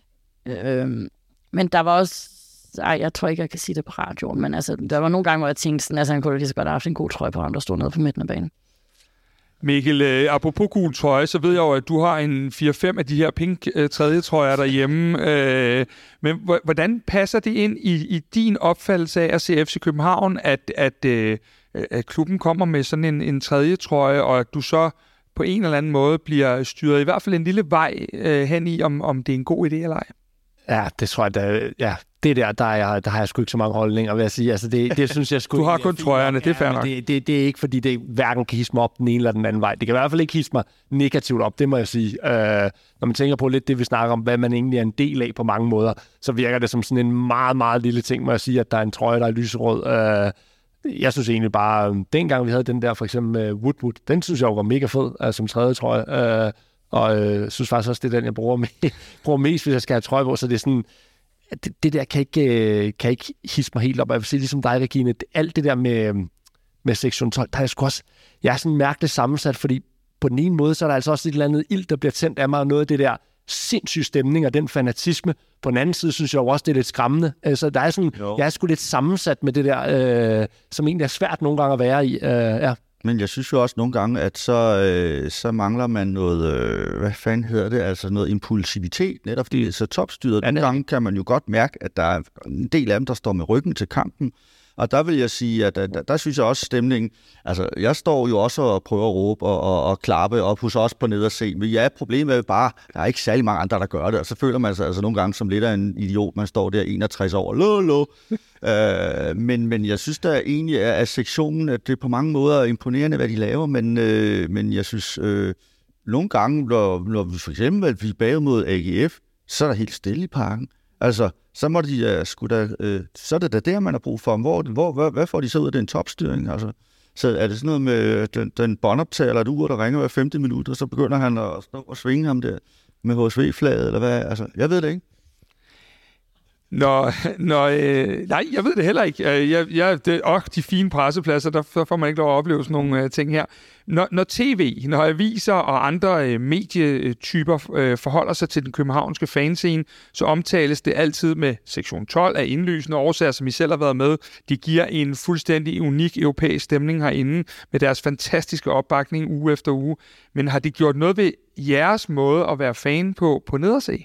Øhm, men der var også Ej, jeg tror ikke, jeg kan sige det på radioen, men altså, der var nogle gange, hvor jeg tænkte sådan, altså, han kunne lige så godt have haft en god trøje på ham, der stod nede på midten af banen. Mikkel, øh, apropos gul trøje, så ved jeg jo, at du har en fire fem af de her pink øh, tredje trøjer derhjemme. Øh, men h- hvordan passer det ind i, i din opfattelse af at se F C København, at, at, øh, at klubben kommer med sådan en, en tredje trøje, og at du så på en eller anden måde bliver styret i hvert fald en lille vej øh, hen i, om, om det er en god idé eller ej? Ja, det tror jeg, der, ja, det der, der, er jeg, der har jeg sgu ikke så mange holdninger, vil jeg sige. Altså, det, det synes jeg sgu du har kun trøjerne, det er fair nok. Det, det, det er ikke, fordi det hverken kan hisse mig op den ene eller den anden vej. Det kan i hvert fald ikke hisse mig negativt op, det må jeg sige. Uh, når man tænker på lidt det, vi snakker om, hvad man egentlig er en del af på mange måder, så virker det som sådan en meget, meget lille ting, må jeg sige, at der er en trøje, der er lyserød. Uh, jeg synes egentlig bare, dengang vi havde den der, for eksempel uh, Woodwood, den synes jeg jo var mega fed, uh, som tredje trøje. Uh, og jeg øh, synes faktisk også, det er den, jeg bruger, med, bruger mest, hvis jeg skal have trøje på. Så det er sådan, det, det der kan ikke, kan ikke hisse mig helt op. Jeg vil sige, ligesom dig, Regine, alt det der med, med sektion tolv, der er jeg sgu også, jeg er sådan mærkeligt sammensat, fordi på den ene måde, så er der altså også et eller andet ild, der bliver tændt af mig, og noget af det der sindssyge stemning og den fanatisme. På den anden side, synes jeg jo også, det er lidt skræmmende. Altså, der er sådan, jo. jeg er sgu lidt sammensat med det der, øh, som egentlig er svært nogle gange at være i. Øh, ja. Men jeg synes jo også nogle gange, at så, øh, så mangler man noget, øh, hvad fanden hedder det, altså noget impulsivitet, netop fordi det er så topstyret. Nogle gange kan man jo godt mærke, at der er en del af dem, der står med ryggen til kampen. Og der vil jeg sige, at der, der synes jeg også stemningen, altså jeg står jo også og prøver at råbe og, og, og klappe op hos os på ned og se, men ja, problemet er jo bare, der er ikke særlig mange andre, der gør det, og så føler man sig altså nogle gange som lidt af en idiot, man står der enogtres år, lo, lo. øh, men, men jeg synes der egentlig er, at sektionen, at det på mange måder er imponerende, hvad de laver, men, øh, men jeg synes, øh, nogle gange, når, når vi for eksempel vi er bagud mod A G F, så er der helt stille i parken. Altså, så må de uh, sgu da, uh, så er det da der, man har brug for dem. Hvor, hvor, hvad, hvad får de så ud af den topstyring? Altså, så er det sådan noget med den, den båndoptager eller et ur, der ringer hver femte minut, og så begynder han at stå og svinge ham der med H S V-flaget, eller hvad? Altså, jeg ved det ikke. Nå, nå øh, nej, jeg ved det heller ikke. Jeg, jeg, det, åh, de fine pressepladser, der, der får man ikke lov at opleve sådan nogle øh, ting her. Når, når tv, når aviser og andre øh, medietyper øh, forholder sig til den københavnske fanscene, så omtales det altid med sektion tolv af indlysende årsager, som I selv har været med. De giver en fuldstændig unik europæisk stemning herinde med deres fantastiske opbakning uge efter uge. Men har de gjort noget ved jeres måde at være fan på, på nederse?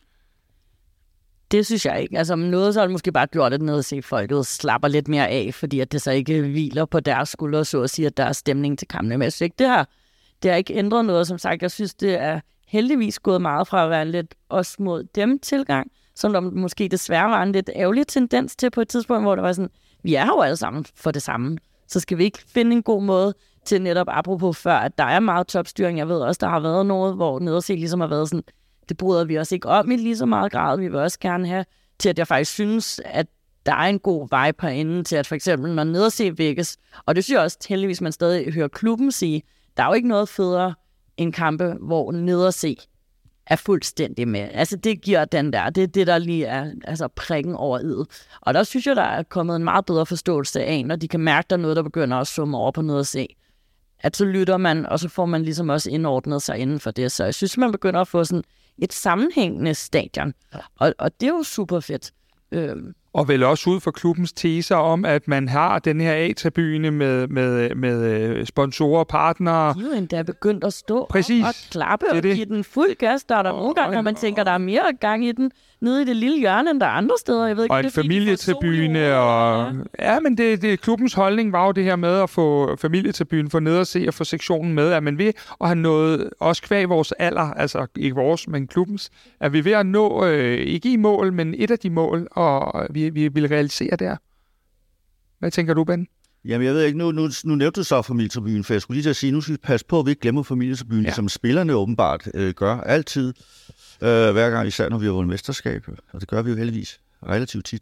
Det synes jeg ikke. Altså noget, så har det måske bare gjort det ned at se folket slapper lidt mere af, fordi at det så ikke hviler på deres skuldre, så at sige, at der er stemning til kampene. Men jeg synes ikke, det har, det har ikke ændret noget. Som sagt, jeg synes, det er heldigvis gået meget fra at være lidt os mod dem tilgang, som der måske desværre var en lidt ærgerlig tendens til på et tidspunkt, hvor der var sådan, vi er jo alle sammen for det samme. Så skal vi ikke finde en god måde til netop, apropos før, at der er meget topstyring. Jeg ved også, der har været noget, hvor nederse ligesom har været sådan, det bryder vi også ikke om i lige så meget grad. Vi vil også gerne have til, at jeg faktisk synes, at der er en god vibe herinde til, at for eksempel, når nederse vækkes, og det synes jeg også heldigvis, man stadig hører klubben sige, der er jo ikke noget federe end kampe, hvor nederse er fuldstændig med. Altså det giver den der, det er det, der lige er altså prikken over i'et. Og der synes jeg, der er kommet en meget bedre forståelse af, når de kan mærke, der er noget, der begynder at summe over på nederse, at så lytter man, og så får man ligesom også indordnet sig inden for det. Så jeg synes, man begynder at få sådan et sammenhængende stadion. Og, og det er jo super fedt. Øhm. Og vel også ud fra klubbens teser om, at man har den her A-tribune med, med, med sponsorer og partnere. De er jo endda begyndt at stå Præcis. og klappe og give den fuld gas. Der er der nogle gange, når man tænker, der er mere gang i den nede i det lille hjørne, end der er andre steder. Jeg ved ikke, og en familietribune. Og... Ja, men det, det, klubbens holdning var jo det her med at få familietribunen for ned og se og få sektionen med. At man ved at have nået, også kvæg vores alder, altså ikke vores, men klubbens, at vi er ved at nå, øh, ikke i mål, men et af de mål, og vi, vi vil realisere der. Hvad tænker du, Ben? Jamen, jeg ved ikke, nu, nu, nu nævnte du så familietribunen, for jeg skulle lige til at sige, nu skal vi passe på, at vi ikke glemmer familietribunen, ja. Som spillerne åbenbart øh, gør altid. Øh, hver gang, især når vi har vundet mesterskab, og det gør vi jo heldigvis relativt tit.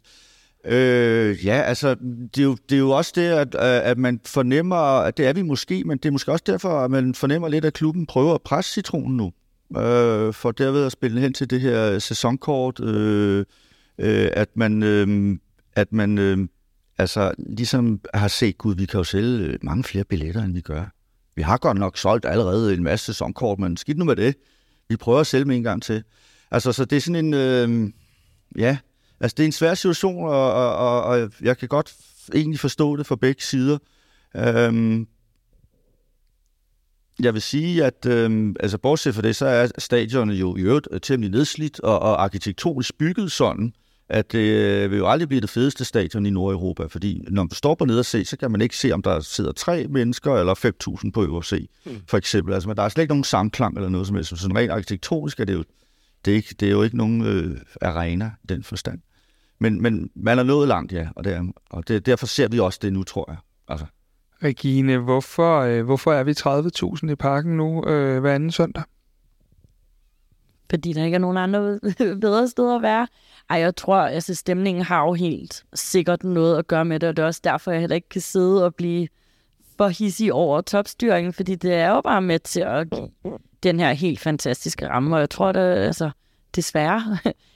Øh, ja, altså, det er, jo, det er jo også det, at, at man fornemmer, at det er vi måske, men det er måske også derfor, at man fornemmer lidt, at klubben prøver at presse citronen nu, øh, for derved at spille hen til det her sæsonkort, øh, øh, at man, øh, at man øh, altså, ligesom har set, gud, vi kan jo sælge mange flere billetter, end vi gør. Vi har godt nok solgt allerede en masse sæsonkort, men skidt nu med det. Vi prøver at sælge dem en gang til. Altså, så det er sådan en... Øh, ja, altså det er en svær situation, og, og, og, og jeg kan godt egentlig forstå det fra begge sider. Øhm, jeg vil sige, at øh, altså, bortset fra det, så er stadionet jo i øvrigt temmelig nedslidt og, og arkitektonisk bygget sådan, at det øh, vil jo aldrig blive det fedeste stadion i Nordeuropa, fordi når man står på ned og se, så kan man ikke se, om der sidder tre mennesker eller fem tusind på øvre C, mm. for eksempel. Altså, men der er slet ikke nogen samklang eller noget som helst. Så sådan rent arkitektonisk er det jo, det er ikke, det er jo ikke nogen øh, arena i den forstand. Men, men man er nået langt, ja, og, det er, og det, derfor ser vi også det nu, tror jeg. Altså. Regine, hvorfor, øh, hvorfor er vi tredive tusind i parken nu øh, hver anden søndag? Fordi der ikke er nogen andre bedre steder at være. Ej, jeg tror, at altså, stemningen har jo helt sikkert noget at gøre med det, og det er også derfor, jeg heller ikke kan sidde og blive for hissig over topstyringen, fordi det er jo bare med til at give den her helt fantastiske ramme, og jeg tror, at altså, desværre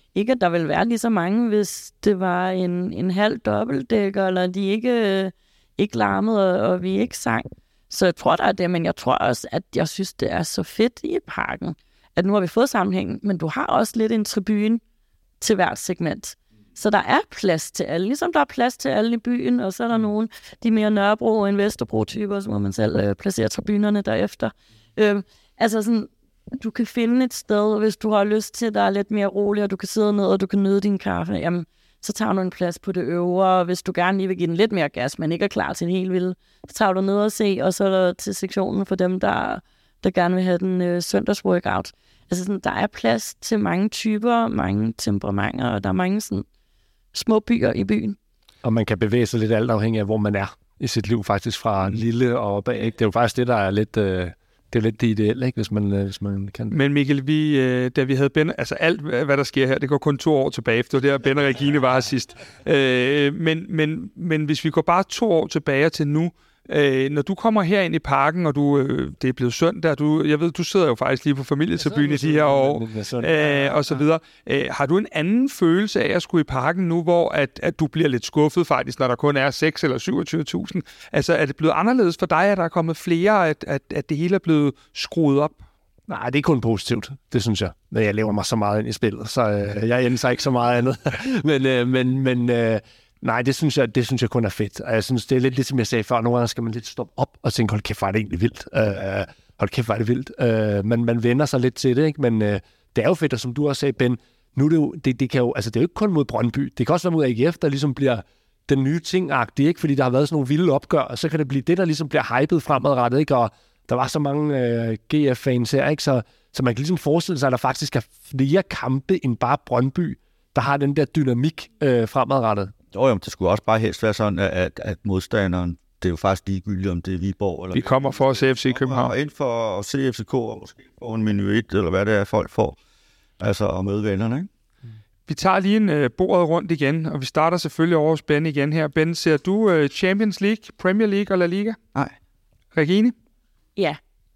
ikke, at der vil være lige så mange, hvis det var en, en halv dobbeltdækker, eller de ikke, øh, ikke larmede, og, og vi ikke sang. Så jeg tror, der er det, men jeg tror også, at jeg synes, det er så fedt i parken, at nu har vi fået sammenhængen, men du har også lidt en tribune til hvert segment. Så der er plads til alle, ligesom der er plads til alle i byen, og så er der nogle, de mere Nørrebro- og Vesterbro-typer, så må man selv øh, placere tribunerne derefter. Øh, altså sådan, du kan finde et sted, hvis du har lyst til, der er lidt mere roligt, og du kan sidde ned, og du kan nyde din kaffe, jamen, så tager du en plads på det øvre, hvis du gerne lige vil give den lidt mere gas, men ikke er klar til en helt vild, så tager du ned og se, og så er der til sektionen for dem, der, der gerne vil have den øh, søndagsworkout. Altså sådan, der er plads til mange typer, mange temperamenter, og der er mange sådan små byer i byen. Og man kan bevæge sig lidt alt afhængig af, hvor man er i sit liv, faktisk fra lille og opad. Ikke? Det er jo faktisk det, der er lidt, øh, det er lidt det ideelle, ikke? Hvis, man, øh, hvis man kan. Men Mikkel, vi, øh, da vi havde Ben, altså alt, hvad der sker her, det går kun to år tilbage, for det var der, Ben og Regine var her sidst. Øh, men, men, men hvis vi går bare to år tilbage til nu, Øh, når du kommer her ind i parken, og du, øh, det er blevet søndag, du, jeg ved, du sidder jo faktisk lige på familietribunen i de her år, øh, og så videre. Øh, har du en anden følelse af at skulle i parken nu, hvor at, at du bliver lidt skuffet faktisk, når der kun er seks eller syvogtyve tusind? Altså, er det blevet anderledes for dig, at der er kommet flere, at, at, at det hele er blevet skruet op? Nej, det er kun positivt, det synes jeg. Men jeg lever mig så meget ind i spillet, så øh, jeg ændrer ikke så meget andet. men, øh, men, men øh, nej, det synes, jeg, det synes jeg kun er fedt. Og jeg synes, det er lidt ligesom jeg sagde før. Nogle gange skal man lidt stoppe op og tænke, hold kæft, hvor er det egentlig vildt. Uh, hold kæft, hvor er det vildt. Uh, man, man vender sig lidt til det, ikke? Men uh, det er jo fedt, og som du også sagde, Ben, nu er det jo, det, det kan jo, altså det er jo ikke kun mod Brøndby. Det kan også være mod A G F, der ligesom bliver den nye ting-agtige, ikke? Fordi der har været sådan nogle vilde opgør, og så kan det blive det, der ligesom bliver hypet fremadrettet, ikke? Og der var så mange uh, G F-fans her, ikke? Så, så man kan ligesom forestille sig, at der faktisk er flere kampe end bare Brøndby, der har den der dynamik uh, fremadrettet. Jo, jamen, det skulle også bare helst være sådan, at, at modstanderen, det er jo faktisk ligegyldigt, om det er Viborg. Eller vi kommer for at se F C København. Og ind for at se F C K, og måske få en menuet, eller hvad det er, folk får. Altså at møde vennerne, ikke? Vi tager lige en uh, bordet rundt igen, og vi starter selvfølgelig over hos Ben igen her. Ben, ser du uh, Champions League, Premier League og La Liga? Nej. Regine? Ja.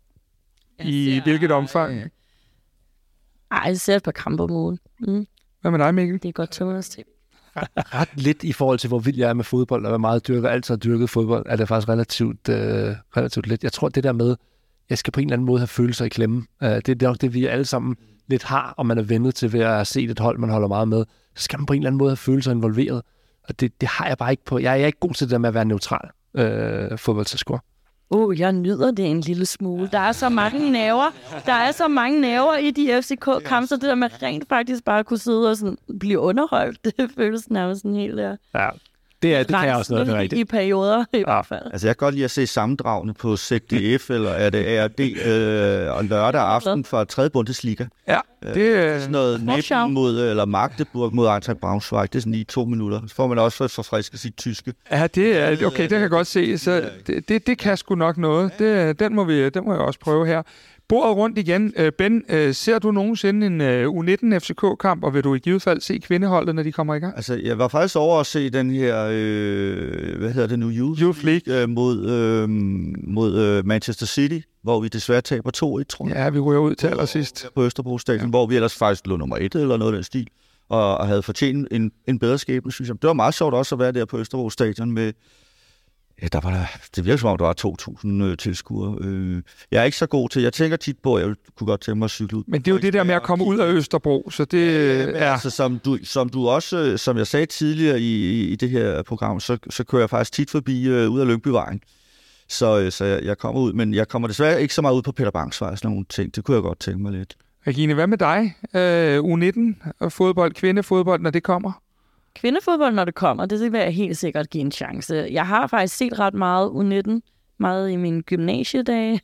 I ser, hvilket omfang? Øh, ej, jeg ser et par kampe om ugen. Mm. Hvad med dig, Mikkel? Det er godt tømmernes til. Ret lidt i forhold til, hvor vild jeg er med fodbold, og hvor meget dyrker, altid har dyrket fodbold, er det faktisk relativt, øh, relativt lidt. Jeg tror, det der med, jeg skal på en eller anden måde have følelser i klemme. Uh, det er nok det, vi alle sammen lidt har, og man er vendet til ved at have set et hold, man holder meget med. Så skal man på en eller anden måde have følelser involveret. Og det, det har jeg bare ikke på. Jeg, jeg er ikke god til det der med at være neutral øh, fodboldtilskuer. Uh, jeg nyder det en lille smule. Der er så mange nerver. Der er så mange nerver i de F C K-kampe, så det der med rent faktisk bare kunne sidde og sådan blive underholdt, det føles nærmest sådan helt der. Ja, det, er, det kan jeg også noget, det er rigtigt. I perioder i ja. hvert fald. Altså jeg kan godt lide at se sammendragene på Z D F, eller er det A R D, øh, og lørdag aften fra tredje Bundesliga. Ja, det er sådan noget Napoli mod, eller Magdeburg mod Eintracht Braunschweig. Det er sådan i to minutter. Så får man også forfriske sit tyske. Ja, det er, okay, det kan jeg godt se. Så det, det, det kan sgu nok noget. Det, den, må vi, den må jeg også prøve her. Bordet rundt igen. Ben, ser du nogensinde en U nitten F C K-kamp, og vil du i givet fald se kvindeholdet, når de kommer i gang? Altså, jeg var faktisk over at se den her, øh, hvad hedder det nu, Youth, Youth League øh, mod, øh, mod øh, Manchester City, hvor vi desværre taber to et, tror jeg. Ja, vi ryger ud til allersidst. På Østerbro Stadion, ja. Hvor vi ellers faktisk lå nummer et eller noget af den stil, og, og havde fortjent en, en bedre skæbne, synes jeg. Det var meget sjovt også at være der på Østerbro Stadion med. Ja, der var der, det virker som om, der var to tusind øh, tilskuere. Øh, jeg er ikke så god til, jeg tænker tit på, at jeg kunne godt tænke mig at cykle ud. Men det er jo det der med at komme ud af Østerbro, så det ja, er... Altså, som du, som du også, som jeg sagde tidligere i, i, i det her program, så, så kører jeg faktisk tit forbi øh, ud af Lyngbyvejen. Så, øh, så jeg, jeg kommer ud, men jeg kommer desværre ikke så meget ud på Peter Bangsvej og sådan nogle ting. Det kunne jeg godt tænke mig lidt. Regine, hvad med dig? Øh, U nitten fodbold, kvindefodbold, når det kommer? Kvindefodbold, når det kommer, det vil jeg helt sikkert give en chance. Jeg har faktisk set ret meget U nitten, meget i mine gymnasiedage.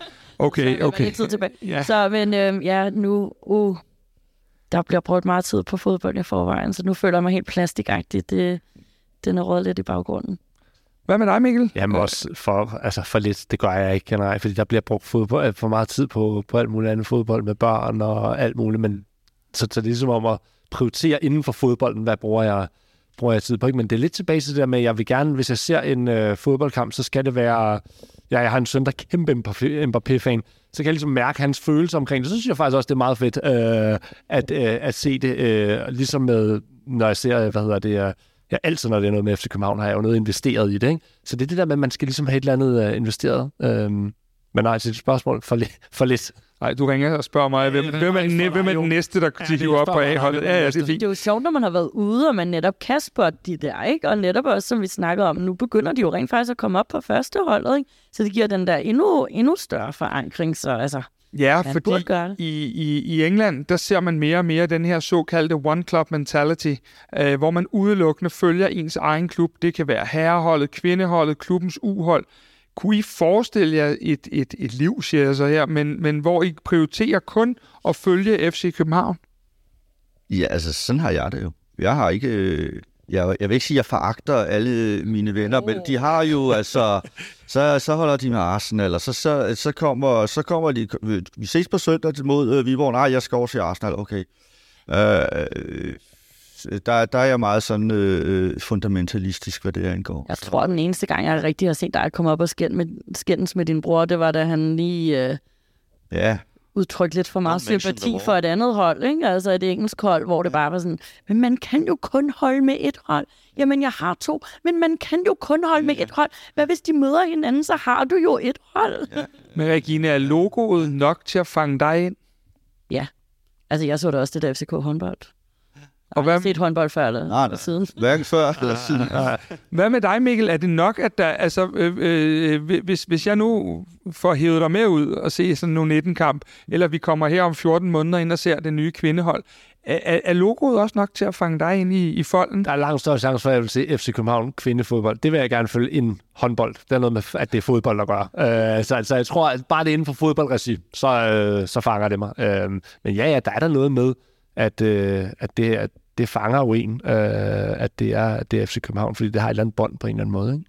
Okay, okay. Ja. Så, men øh, ja, nu, uh, der bliver brugt meget tid på fodbold i forvejen, så nu føler jeg mig helt plastikagtig. Det, den er røget lidt i baggrunden. Hvad med dig, Mikkel? Jamen også for, altså for lidt, det gør jeg ikke, nej, fordi der bliver brugt fodbold, for meget tid på, på alt muligt andet fodbold med børn og alt muligt, men så, så det er ligesom om at prioritere inden for fodbolden, hvad bruger jeg, bruger jeg tid på, ikke? Men det er lidt tilbage til det der med, at jeg vil gerne, hvis jeg ser en øh, fodboldkamp, så skal det være jeg, jeg har en søn, der er kæmpe Mbappé-fan, så kan jeg ligesom mærke hans følelser omkring det. Så synes jeg faktisk også, det er meget fedt øh, at, øh, at se det, øh, ligesom med, når jeg ser, hvad hedder det, øh, ja, altid når det er noget med F C København, har jeg jo noget investeret i det, ikke? Så det er det der med, at man skal ligesom have et eller andet uh, investeret. Øh, men nej, så er et spørgsmål for, li- for lidt. Nej, du ringer og spørger mig, hvem, hvem, er, hvem er den næste, der ja, hiver op på A-holdet? Ja, ja, det er fint. Det er jo sjovt, når man har været ude, og man netop kan spotte de der, ikke? Og netop også, som vi snakkede om, nu begynder de jo rent faktisk at komme op på første holdet, ikke? Så det giver den der endnu, endnu større forankring, så altså... Ja, fordi i, i, i England, der ser man mere og mere den her såkaldte one club mentality, øh, hvor man udelukkende følger ens egen klub. Det kan være herreholdet, kvindeholdet, klubbens uhold. Kunne I forestille jer et, et, et liv, siger jeg så her, men, men hvor I prioriterer kun at følge F C København? Ja, altså sådan har jeg det jo. Jeg har ikke... Øh, jeg, jeg vil ikke sige, at jeg foragter alle mine venner, oh. men de har jo altså... Så, så holder de med Arsenal, og så, så, så, kommer, så kommer de... Vi ses på søndag mod øh, Viborg. Nej, jeg skal over til Arsenal. Okay. Øh, der, der er jeg meget sådan øh, fundamentalistisk, hvad det angår. Jeg tror, den eneste gang, jeg rigtig har set dig komme op og skændes med, skændes med din bror, det var, da han lige... Øh... Ja. udtrykt lidt for meget sympati for et andet hold, ikke? Altså et engelsk hold, hvor det bare var sådan, men man kan jo kun holde med et hold. Jamen, jeg har to, men man kan jo kun holde med et hold. Hvad hvis de møder hinanden, så har du jo et hold. Ja. Men Regine, er logoet nok til at fange dig ind? Ja. Altså, jeg så da også det der F C K håndbold. Og hvad... Jeg har set håndbold før eller nej, nej. siden. Hverken før eller siden. Hvad med dig, Mikkel? Er det nok, at der, altså, øh, øh, hvis, hvis jeg nu får hævet dig med ud og se sådan nogle nitten-kamp, eller vi kommer her om fjorten måneder ind og ser det nye kvindehold, er, er logoet også nok til at fange dig ind i, i folden? Der er langt større chance for, at jeg vil se F C København kvindefodbold. Det vil jeg gerne følge inden håndbold. Det er noget med, at det er fodbold, der gør. Uh, så altså, jeg tror, at bare det inden for fodboldregi, så, uh, så fanger det mig. Uh, men ja, ja, der er der noget med, at, uh, at det at det fanger jo en, øh, at det er, det er F C København, fordi det har et eller andet bånd på en eller anden måde. Ikke?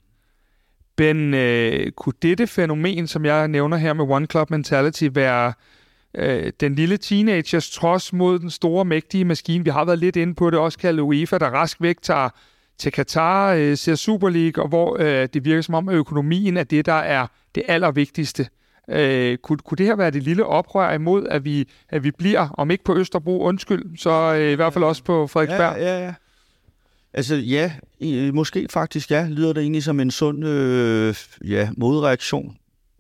Ben, øh, kunne dette fænomen, som jeg nævner her med One Club Mentality, være øh, den lille teenagers trods mod den store, mægtige maskine? Vi har været lidt inde på det, også kaldet UEFA, der rask væk tager til Katar, øh, ser Super League, og hvor øh, det virker som om, at økonomien er det, der er det allervigtigste. Øh, kunne, kunne det her være det lille oprør imod, at vi, at vi bliver, om ikke på Østerbro, undskyld, så øh, i hvert fald også på Frederiksberg? Ja, ja, ja. Altså ja, måske faktisk ja, lyder det egentlig som en sund øh, ja, modreaktion.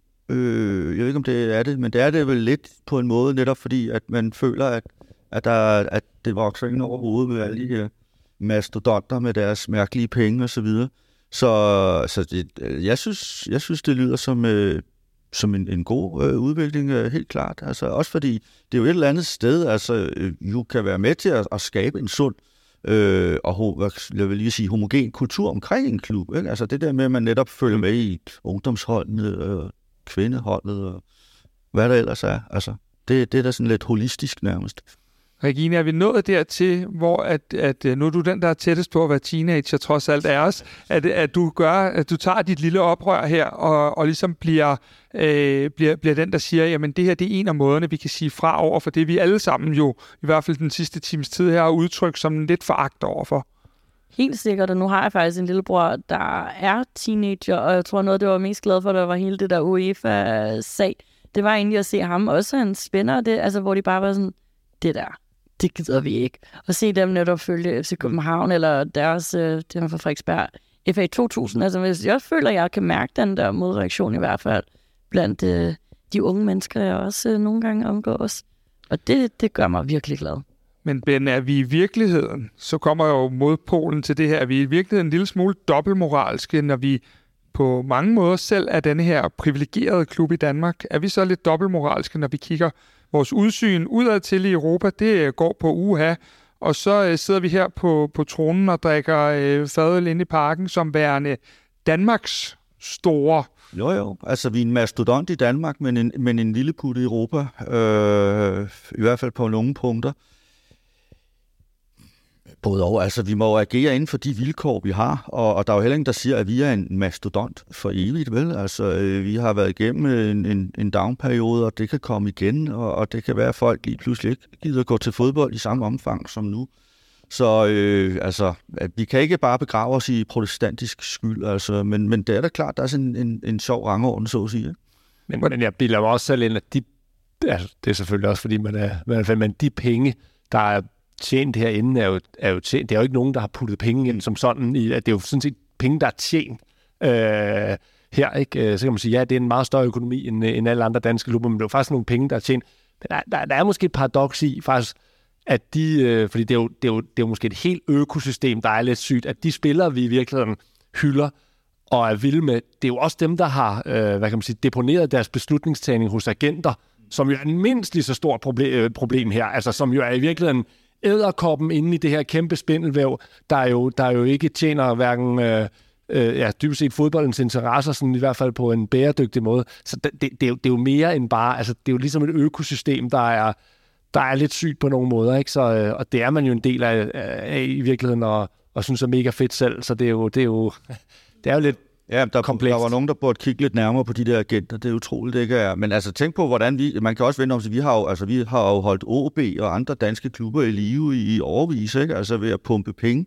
Øh, jeg ved ikke, om det er det, men det er det vel lidt på en måde, netop fordi, at man føler, at, at, der, at det vokser ind over hovedet med alle de her mastodonter med deres mærkelige penge og så videre. Så, så det, jeg, synes, jeg synes, det lyder som... Øh, som en, en god øh, udvikling, øh, helt klart. Altså, også fordi det er jo et eller andet sted, altså, øh, du kan være med til at, at skabe en sund øh, og jeg vil lige sige, homogen kultur omkring en klub. Ikke? Altså det der med, at man netop følger med i ungdomsholdene, øh, kvindeholdet og hvad der ellers er. Altså, det, det er da sådan lidt holistisk nærmest. Regine, er vi nået dertil, hvor at, at nu er du den, der er tættest på at være teenager, trods alt er os, at, at, du gør, at du tager dit lille oprør her, og, og ligesom bliver, øh, bliver, bliver den, der siger, jamen det her, det er en af måderne, vi kan sige fra over for det, vi alle sammen jo, i hvert fald den sidste times tid her, har udtrykt som lidt foragt overfor. Helt sikkert, og nu har jeg faktisk en lillebror, der er teenager, og jeg tror noget, det var mest glad for, der var hele det der UEFA-sag. Det var egentlig at se ham også, en spænder, det, altså, hvor de bare var sådan, det der, det gider vi ikke. Og se dem netop følge F C København, eller deres, øh, det var fra Frederiksberg, F A to tusind. Altså, hvis jeg føler, at jeg kan mærke den der modreaktion i hvert fald, blandt øh, de unge mennesker, jeg også øh, nogle gange omgås. Og det, det gør mig virkelig glad. Men Ben, er vi i virkeligheden, så kommer jo modpolen til det her, er vi i virkeligheden en lille smule dobbeltmoralske, når vi på mange måder selv er denne her privilegerede klub i Danmark? Er vi så lidt dobbeltmoralske, når vi kigger vores udsyn udad til i Europa? Det går på uha, og så øh, sidder vi her på, på tronen og drikker øh, fadøl inde i parken som værende Danmarks store. Jo jo, altså vi er en mastodont i Danmark, men en, men en lille putte i Europa, øh, i hvert fald på nogle punkter. Både over, altså vi må agere inden for de vilkår, vi har, og, og der er jo heller ingen, der siger, at vi er en mastodont for evigt, vel? Altså øh, vi har været igennem en, en, en down-periode, og det kan komme igen, og, og det kan være, at folk lige pludselig ikke gider gå til fodbold i samme omfang som nu. Så øh, altså, vi kan ikke bare begrave os i protestantisk skyld, altså, men, men det er da klart, der er sådan en, en, en sjov rangorden, så at sige. Men, men jeg bilder mig også selv ind, at de, altså, det er selvfølgelig også, fordi man er, man er men de penge, der er tjent herinde, er jo, er jo tjent. Det er jo ikke nogen, der har puttet penge ind som sådan, i, at det er jo sådan set penge, der er tjent øh, her, ikke? Så kan man sige, ja, det er en meget større økonomi end, end alle andre danske klubber, men det er jo faktisk nogle penge, der er tjent. Men der, der, der er måske et paradoks i, faktisk, at de, øh, fordi det er, jo, det, er jo, det er jo måske et helt økosystem, der er lidt sygt, at de spillere, vi i virkeligheden hylder og er vilde med, det er jo også dem, der har øh, hvad kan man sige, deponeret deres beslutningstagning hos agenter, som jo er en mindst lige så stort problem, problem her, altså som jo er i virkeligheden edderkoppen inde i det her kæmpe spindelvæv, der jo, der jo ikke tjener hverken øh, øh, ja, dybest set fodboldens interesser, sådan i hvert fald på en bæredygtig måde. Så det, det, det, er, jo, det er jo mere end bare, altså det er jo ligesom et økosystem, der er, der er lidt sygt på nogle måder, ikke? Så, øh, og det er man jo en del af, af i virkeligheden, og, og synes er mega fedt selv, så det er jo, det er jo, det er jo lidt Ja, der, komplekst. Der var nogen, der burde kigge lidt nærmere på de der agenter. Det er utroligt, det ikke er. Men altså, tænk på, hvordan vi... Man kan også vende om, så vi har jo, altså, vi har jo holdt O B og andre danske klubber i live i, i årevis, ikke? Altså ved at pumpe penge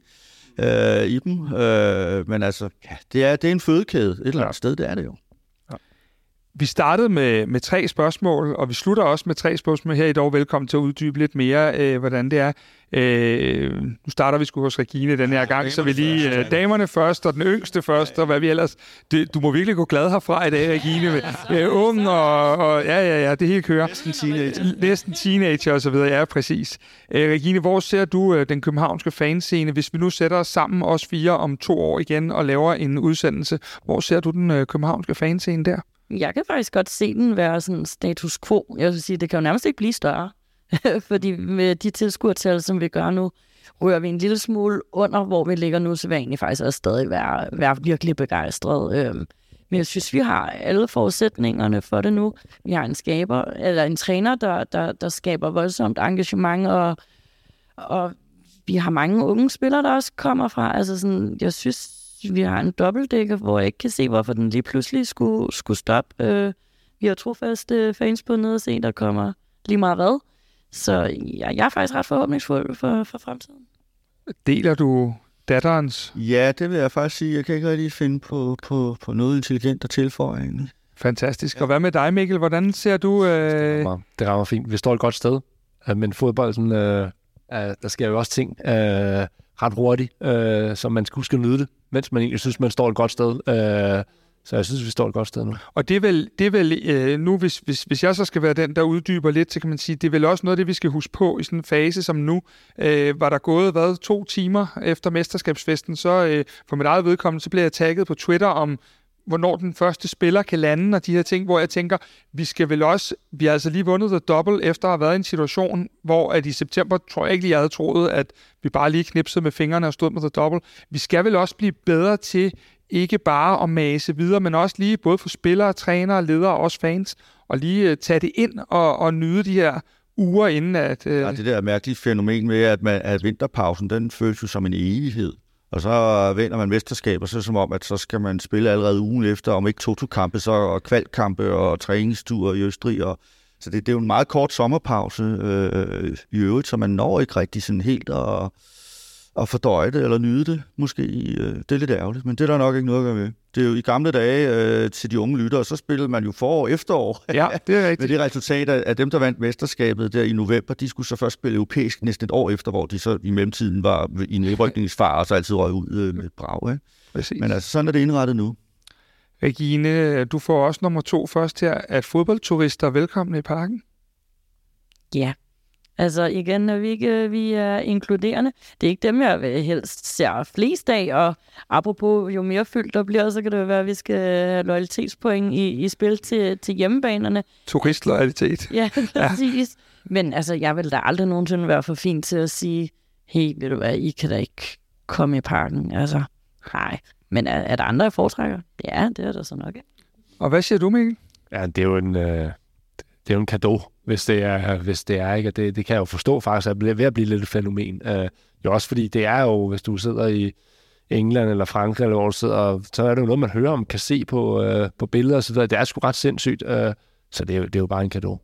øh, i dem. Øh, men altså, ja, det er, det er en fødekæde et eller andet ja. sted, det er det jo. Ja. Vi startede med, med tre spørgsmål, og vi slutter også med tre spørgsmål her i dag. Velkommen til at uddybe lidt mere, øh, hvordan det er. Øh, nu starter vi sgu hos Regine den her gang, så vi lige øh, damerne først, og den yngste først, og hvad vi ellers... Det, du må virkelig gå glad herfra i dag, Regine. Øh, ung og, og... Ja, ja, ja, det hele kører. Næsten teenager. Næsten teenager og så videre, ja, præcis. Øh, Regine, hvor ser du øh, den københavnske fanscene, hvis vi nu sætter os sammen, os fire, om to år igen, og laver en udsendelse? Hvor ser du den øh, københavnske fanscene der? Jeg kan faktisk godt se den være sådan status quo. Jeg vil sige, det kan jo nærmest ikke blive større. Fordi med de tilskuertal, som vi gør nu, rører vi en lille smule under, hvor vi ligger nu, så vil jeg egentlig faktisk også stadig være, være virkelig begejstret. Øhm, men jeg synes, vi har alle forudsætningerne for det nu. Vi har en skaber, eller en træner, der, der, der skaber voldsomt engagement, og, og vi har mange unge spillere, der også kommer fra. Altså sådan, jeg synes, vi har en dobbeltdækker, hvor jeg ikke kan se, hvorfor den lige pludselig skulle, skulle stoppe. Øh, vi har trofaste fans på nede og se, der kommer lige meget hvad. Så ja, jeg er faktisk ret forhåbningsfuld for, for fremtiden. Deler du datterens? Ja, det vil jeg faktisk sige. Jeg kan ikke rigtig finde på, på, på noget intelligent at tilføje egentlig. Fantastisk. Og hvad med dig, Mikkel? Hvordan ser du... Øh... Det, rammer, det rammer fint. Vi står et godt sted. Men fodbolden, øh, er, der sker jo også ting øh, ret hurtigt, øh, så man skal huske at nyde det, mens man egentlig synes, man står et godt sted. Øh, Så jeg synes, vi står et godt sted nu. Og det er vel, det er vel øh, nu, hvis, hvis, hvis jeg så skal være den, der uddyber lidt, så kan man sige, det er vel også noget af det, vi skal huske på i sådan en fase som nu. Øh, var der gået, hvad, to timer efter mesterskabsfesten, så øh, for mit eget vedkommende, så blev jeg tagget på Twitter om, hvornår den første spiller kan lande, og de her ting, hvor jeg tænker, vi skal vel også, vi har altså lige vundet The Double, efter at have været i en situation, hvor at i september, tror jeg ikke lige, jeg havde troet, at vi bare lige knipsede med fingrene og stod med The Double. Vi skal vel også blive bedre til ikke bare at mase videre, men også lige både for spillere, trænere, ledere og også fans, og lige uh, tage det ind og, og nyde de her uger inden at... Uh... Ja, det der mærkelige fænomen med, at, man, at vinterpausen, den føles jo som en evighed. Og så vinder man mesterskaber, så som om, at så skal man spille allerede ugen efter, om ikke Toto-kampe, så og kvalkampe og træningsture i Østrig. Og, så det, det er jo en meget kort sommerpause øh, i øvrigt, så man når ikke rigtig sådan helt at, at fordøje det eller nyde det. Måske øh, det er lidt ærgerligt, men det er der nok ikke noget at gøre med. Det er jo i gamle dage øh, til de unge lyttere, så spillede man jo forår og efterår. Ja, det er rigtigt. Med det resultat, at dem, der vandt mesterskabet der i november, de skulle så først spille europæisk næsten et år efter, hvor de så i mellemtiden var i en nedrykningsfare, og så altid røg ud øh, med et brag. Ikke? Præcis. Men altså, sådan er det indrettet nu. Regine, du får også nummer to først her. At fodboldturister er velkomne i parken? Ja. Altså igen, når vi ikke vi er inkluderende. Det er ikke dem, jeg helst ser flest af, og apropos, jo mere fyldt der bliver, så kan det være, at vi skal have loyalitetspoint i, i spil til, til hjemmebanerne. Turistloyalitet. Ja, præcis. Ja. Men altså, jeg vil da aldrig nogensinde være for fint til at sige, hey, ved du hvad, I kan da ikke komme i parken. Altså, nej. Men er, er der andre, jeg foretrækker? Ja, det er der så nok ikke. Og hvad siger du, Mikkel? Ja, det er jo en, øh, det er jo en cadeau, hvis det er, hvis det er ikke. Og det, det kan jeg jo forstå faktisk, at det er ved at blive lidt et fænomen. Øh, jo også fordi det er jo, hvis du sidder i England eller Frankrig, eller hvor du sidder, så er det jo noget, man hører om, kan se på, øh, på billeder og så videre. Det er sgu ret sindssygt, øh, så det er, jo, det er jo bare en cadeau.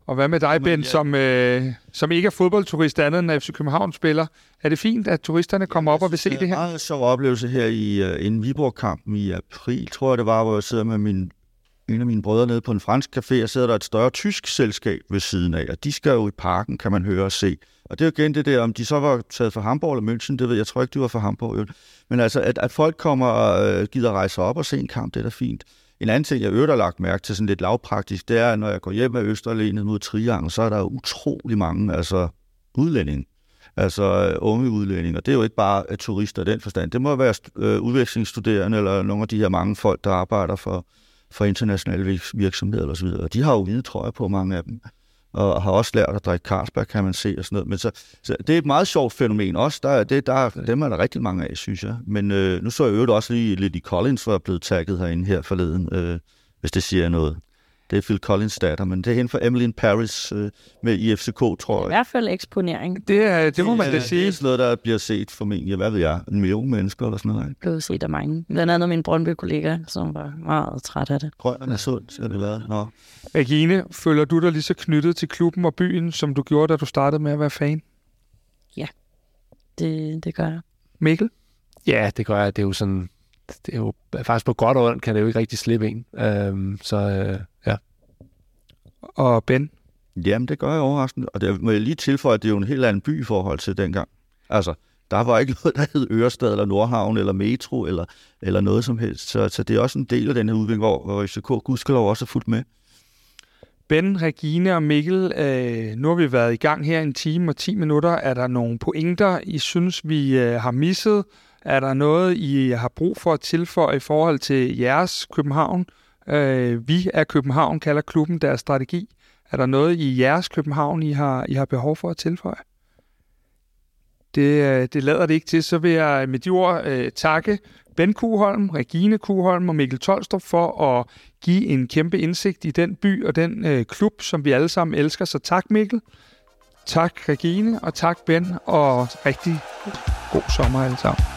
Og hvad med dig, Ben, som, øh, som ikke er fodboldturist andet end F C København spiller? Er det fint, at turisterne kommer op og vil se det her? Det er en meget sjov oplevelse her i uh, inden Viborg-kampen i april, tror jeg det var, hvor jeg sidder med min, en af mine brødre nede på en fransk café, og sidder der et større tysk selskab ved siden af, og de skal jo i parken, kan man høre og se. Og det er jo igen det der, om de så var taget fra Hamburg eller München, det ved jeg, jeg tror ikke, de var fra Hamburg. Jo. Men altså, at, at folk kommer og øh, gider rejse op og se en kamp, det er da fint. En anden ting, jeg øvrigt har lagt mærke til sådan lidt lavpraktisk, det er, når jeg går hjem af Østerlenet mod Triangel, så er der jo utrolig mange altså, udlændinge. Altså uh, unge udlændinge. Og det er jo ikke bare uh, turister i den forstand. Det må være uh, udvekslingsstuderende eller nogle af de her mange folk, der arbejder for, for internationale virksomheder osv. Og de har jo hvide trøjer på, mange af dem. Og har også lært at drikke Carlsberg, kan man se, og sådan noget. Men så, så det er et meget sjovt fænomen også. Der, det, der, dem er der rigtig mange af, synes jeg. Men øh, nu så jeg øvrigt også lige lidt i Collins, hvor jeg er blevet tagget herinde her forleden, øh, hvis det siger noget. Det er Phil Collins datter, men det er hende fra Emily in Paris øh, med I F C K, tror jeg. I hvert fald eksponering. Det, er, det må man da sige. Det er sådan noget, der bliver set formentlig, hvad ved jeg, en million mennesker eller sådan noget. Det blev set af mange. Blandt andet min Brøndby-kollega, som var meget træt af det. Grønland er sundt, har det været. Nå. Regine, føler du dig lige så knyttet til klubben og byen, som du gjorde, da du startede med at være fan? Ja, det, det gør jeg. Mikkel? Ja, det gør jeg. Det er jo sådan... Det er jo faktisk på godt og ondt, kan det jo ikke rigtig slippe en. Øhm, så øh, ja. Og Ben? Jamen, det gør jeg overraskende. Og det må jeg lige tilføje, at det er jo en helt anden by i forhold til dengang. Altså, der var ikke noget, der hed Ørestad eller Nordhavn eller Metro eller, eller noget som helst. Så, så det er også en del af den her udvikling, hvor, hvor F C K gudskelov også er fuldt med. Ben, Regine og Mikkel, øh, nu har vi været i gang her en time og ti minutter. Er der nogle pointer, I synes, vi øh, har misset? Er der noget, I har brug for at tilføje i forhold til jeres København? Øh, vi er København, kalder klubben deres strategi. Er der noget i jeres København, I har, I har behov for at tilføje? Det, det lader det ikke til. Så vil jeg med de ord øh, takke Ben Kuholm, Regine Kuholm og Mikkel Tolstrup for at give en kæmpe indsigt i den by og den øh, klub, som vi alle sammen elsker. Så tak Mikkel, tak Regine og tak Ben, og rigtig god sommer alle sammen.